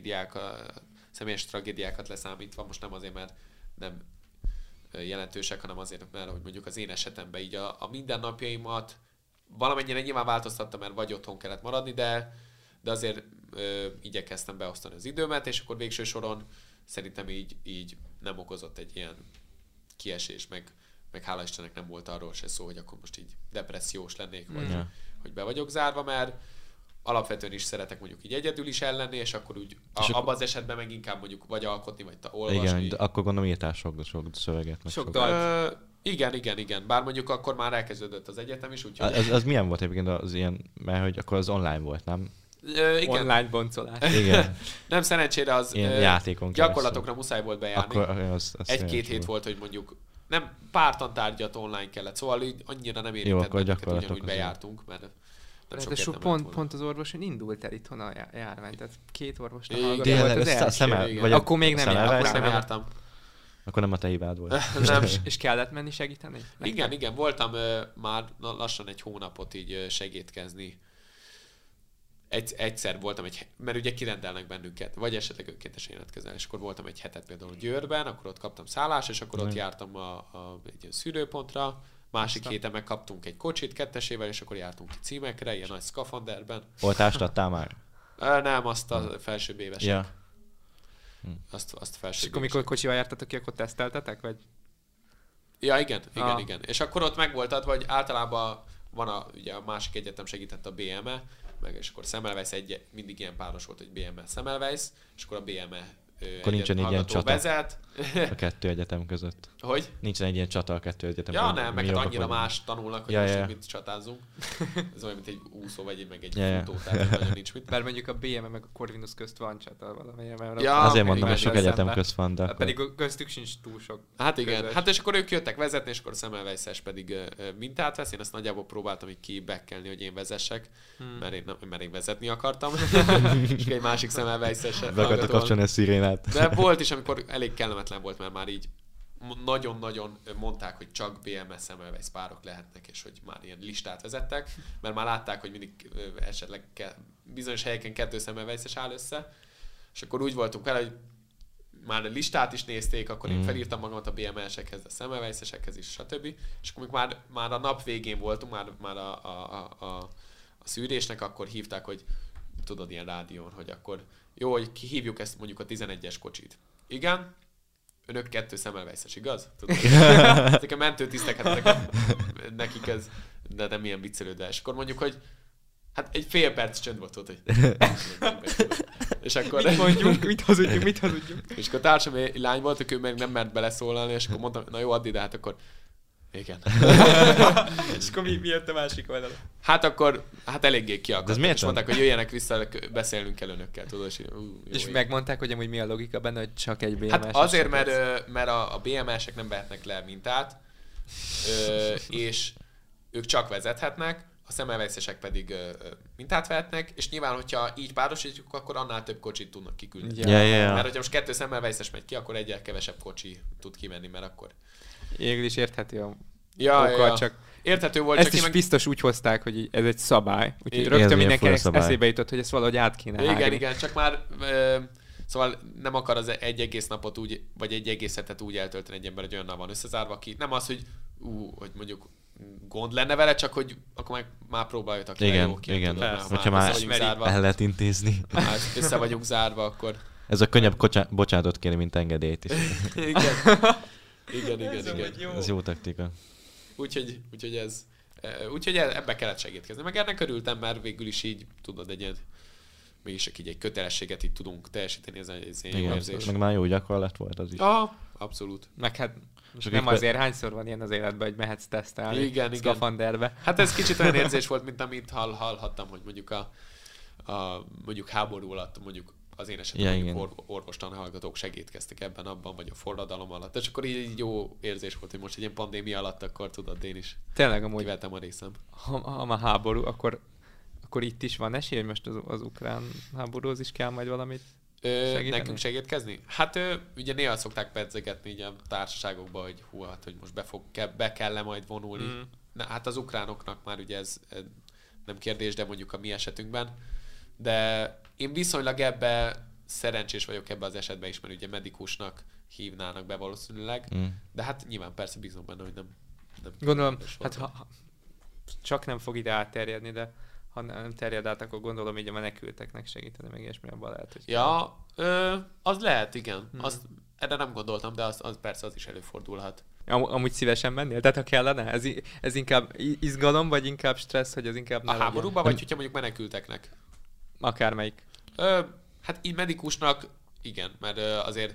tragédiákat leszámítva, most nem azért, mert nem jelentősek, hanem azért, mert hogy mondjuk az én esetemben így a mindennapjaimat valamennyire nyilván változtattam, mert vagy otthon kellett maradni, de azért igyekeztem beosztani az időmet, és akkor végső soron szerintem így nem okozott egy ilyen kiesés, meg hála Istennek nem volt arról se szó, hogy akkor most így depressziós lennék, vagy hogy be vagyok zárva, mert alapvetően is szeretek mondjuk így egyedül is ellenni, és akkor úgy abban az esetben meg inkább mondjuk vagy alkotni, vagy olvasni. Igen, de akkor gondolom írtál sok szöveget. Meg Sok dalt. Igen. Bár mondjuk akkor már elkezdődött az egyetem is, úgyhogy... Az milyen volt egyébként az ilyen, mert hogy akkor az online volt, nem? Igen. Online boncolás. Igen. Nem, szerencsére az játékon gyakorlatokra muszáj volt bejárni. Akkor az 1-2 hét volt, hogy mondjuk nem pár tantárgyat online kellett, szóval így annyira nem Jó, érintett akkor bennünket, gyakorlatok ugyanúgy bejártunk, mert nem sok De értem lett volna. pont az orvoson indult el itthon a járvány, tehát 2 orvosnak Igen. hallgató volt az Tényleg, első. igen. Akkor még nem Szemelweis jártam. Akkor nem jártam. Akkor nem a te hibád volt. Nem. És kellett menni segíteni? Igen, voltam már lassan egy hónapot így segítkezni. Egyszer voltam mert ugye kirendelnek bennünket, vagy esetleg önkéntesen jelentkezel, és akkor voltam egy hetet például Győrben, akkor ott kaptam szállást, és akkor ott jártam egy ilyen szűrőpontra, másik héten meg kaptunk egy kocsit 2-esével, és akkor jártunk ki címekre, ilyen nagy szkafanderben. Oltást adtál már? Nem, azt a felsőbb évesek. Ja. Azt És felsőbb akkor mikor kocsival jártatok ki, akkor teszteltetek? Vagy? Ja, igen. És akkor ott megvolt adva, hogy általában van ugye a másik egyetem segített a BME, meg és akkor Semmelweis mindig ilyen páros volt, hogy BME Semmelweis, és akkor a BME akkor nincsen egy ilyen csata vezet. a 2 egyetem között. Hogy? Nincsen egy ilyen csata a 2 egyetem Ja, között. nem, meg hát annyira más tanulnak, hogy most mit csatázzunk. Ez olyan, mint egy úszó, vagy meg egy futó, tehát nagyon nincs mit. Bár mondjuk a BME meg a Corvinus közt van csata valamilyen. Ja, azért mondom, hogy sok egyetem közt van, de pedig köztük sincs túl sok. Hát igen, hát és akkor ők jöttek vezetni, és akkor a Semmelweis-es pedig mintát vesz. Én ezt nagyjából próbáltam így kibekkelni, hogy én vezessek, mert én vezetni akartam. És egy másik Semmelweis-es be akartak kapcsolni a szirénát. De volt is, amikor elég kellemetlen volt, mert már így nagyon-nagyon mondták, hogy csak BMS Semmelweis párok lehetnek, és hogy már ilyen listát vezettek, mert már látták, hogy mindig esetleg bizonyos helyeken 2 Semmelweis-es áll össze, és akkor úgy voltunk vele, hogy már a listát is nézték, akkor én felírtam magamat a BMS-ekhez, a Semmelweis-esekhez is, stb. És akkor már a nap végén voltunk, már a szűrésnek, akkor hívták, hogy tudod, ilyen rádión, hogy akkor jó, hogy hívjuk ezt mondjuk a 11-es kocsit. Igen, önök 2 Semmelweis-es, igaz? Ezek a mentőtisztek, nekik ez, de nem ilyen viccelődve. És akkor mondjuk, hogy hát egy fél perc csönd volt ott, hogy... És akkor... Mit hazudjunk? És akkor társam egy lány volt, aki ő meg nem mert beleszólalni, és akkor mondtam, na jó, add ide, hát akkor... Igen. És akkor mi jött a másik oldalon? Hát akkor, eléggé kiakadtak. miért És mondták, hogy jöjjenek vissza, beszélnünk kell önökkel, tudod, és megmondták, hogy amúgy mi a logika benne, hogy csak egy BMS. Hát azért, mert a BMS-ek nem vehetnek le mintát, és ők csak vezethetnek, a Semmelweis-esek pedig mintát vehetnek, és nyilván, hogyha így párosítjuk, akkor annál több kocsit tudnak kiküldeni. Yeah. Mert hogyha most 2 Semmelweis-es megy ki, akkor egyel kevesebb kocsi tud kimenni, mert akkor... Végül is érthető a Ja. csak... Érthető volt, ezt csak is biztos úgy hozták, hogy ez egy szabály. Úgyhogy rögtön mindenkinek eszébe jutott, hogy ezt valahogy át kéne hágni. Igen, csak már... Szóval nem akar az egy egész napot úgy, vagy egy egész hetet úgy eltölteni egy ember, hogy olyannal van összezárva, aki nem az, hogy hogy mondjuk gond lenne vele, csak hogy akkor már próbáljatok ki. Igen. Hogyha már el lehet intézni. Hát össze vagyunk zárva, akkor... Ez a könnyebb bocsánatot kérni, mint engedélyt is. Igen. Ez jó taktika. Úgyhogy ebbe kellett segítkezni. Meg ennek örültem, mert végül is így tudod mégis így egy kötelességet így tudunk teljesíteni, ez egy jó érzés. Meg már jó gyakorlat volt az is. Abszolút. Meg hát most nem azért hányszor van ilyen az életben, hogy mehetsz tesztelni igen. szkafanderbe. Hát ez kicsit olyan érzés volt, mint amit hallhattam, hogy mondjuk mondjuk háború alatt, mondjuk az én esetemben orvostan hallgatók segítkeztek abban, vagy a forradalom alatt. És akkor így jó érzés volt, hogy most egy ilyen pandémia alatt, akkor tudod, én is tényleg amúgy kivettem a részem. Ha már háború, akkor itt is van esély, hogy most az ukrán háborúhoz is kell majd valamit segíteni? Nekünk segítkezni? Hát ugye néha szokták pedzegetni így a társaságokba, hogy hogy most be kell majd vonulni. Na, hát az ukránoknak már ugye ez nem kérdés, de mondjuk a mi esetünkben. De én viszonylag ebbe szerencsés vagyok ebbe az esetben is, mert ugye medikusnak hívnának be valószínűleg. De hát nyilván persze bízom benne, hogy nem gondolom, hát ha csak nem fog ide átterjedni, de ha nem terjed át, akkor gondolom így a menekülteknek segíteni, meg ilyesmi abban lehet, hogy... Ja, az lehet, igen. Erre nem gondoltam, de az persze az is előfordulhat. Amúgy szívesen mennél? Tehát ha kellene? Ez inkább izgalom, vagy inkább stressz, hogy az inkább a háborúba, vagy hogyha mondjuk menekülteknek? Akármelyik. Hát így medikusnak igen, mert azért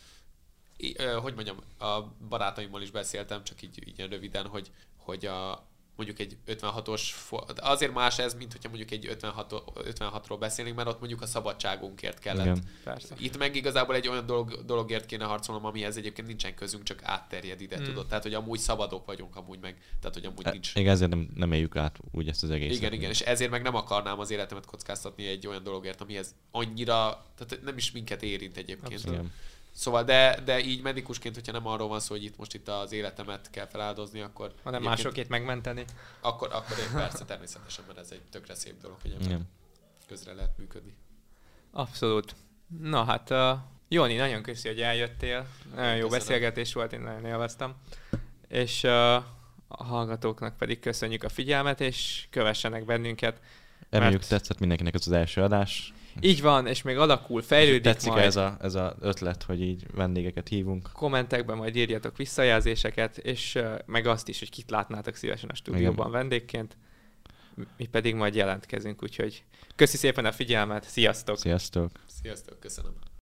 hogy mondjam, a barátaimmal is beszéltem, csak így ilyen röviden, hogy mondjuk egy 56-os, azért más ez, mint hogyha mondjuk egy 56-ról beszélünk, mert ott mondjuk a szabadságunkért kellett. Itt meg igazából egy olyan dologért kéne harcolnom, amihez egyébként nincsen közünk, csak átterjed ide, tudod? Tehát, hogy amúgy szabadok vagyunk, amúgy meg, tehát, hogy amúgy nincs... Igen, ezért nem éljük át úgy ezt az egészet. Igen, és ezért meg nem akarnám az életemet kockáztatni egy olyan dologért, amihez annyira, tehát nem is minket érint egyébként. Abszolút. Szóval, de így medikusként, hogyha nem arról van szó, hogy itt az életemet kell feláldozni, akkor... Hanem másokét megmenteni. Akkor én persze természetesen, mert ez egy tökre szép dolog, hogy ebben közre lehet működni. Abszolút. Na hát, Jóni, nagyon köszi, hogy eljöttél. Nagyon jó beszélgetés volt, én nagyon élveztem. És a hallgatóknak pedig köszönjük a figyelmet, és kövessenek bennünket. Reméljük tetszett mindenkinek az első adás. Így van, és még alakul, fejlődik tetszik majd. ez az ötlet, hogy így vendégeket hívunk. Kommentekben majd írjatok visszajelzéseket, és meg azt is, hogy kit látnátok szívesen a stúdióban vendégként. Mi pedig majd jelentkezünk, úgyhogy köszi szépen a figyelmet, sziasztok! Sziasztok! Sziasztok, köszönöm!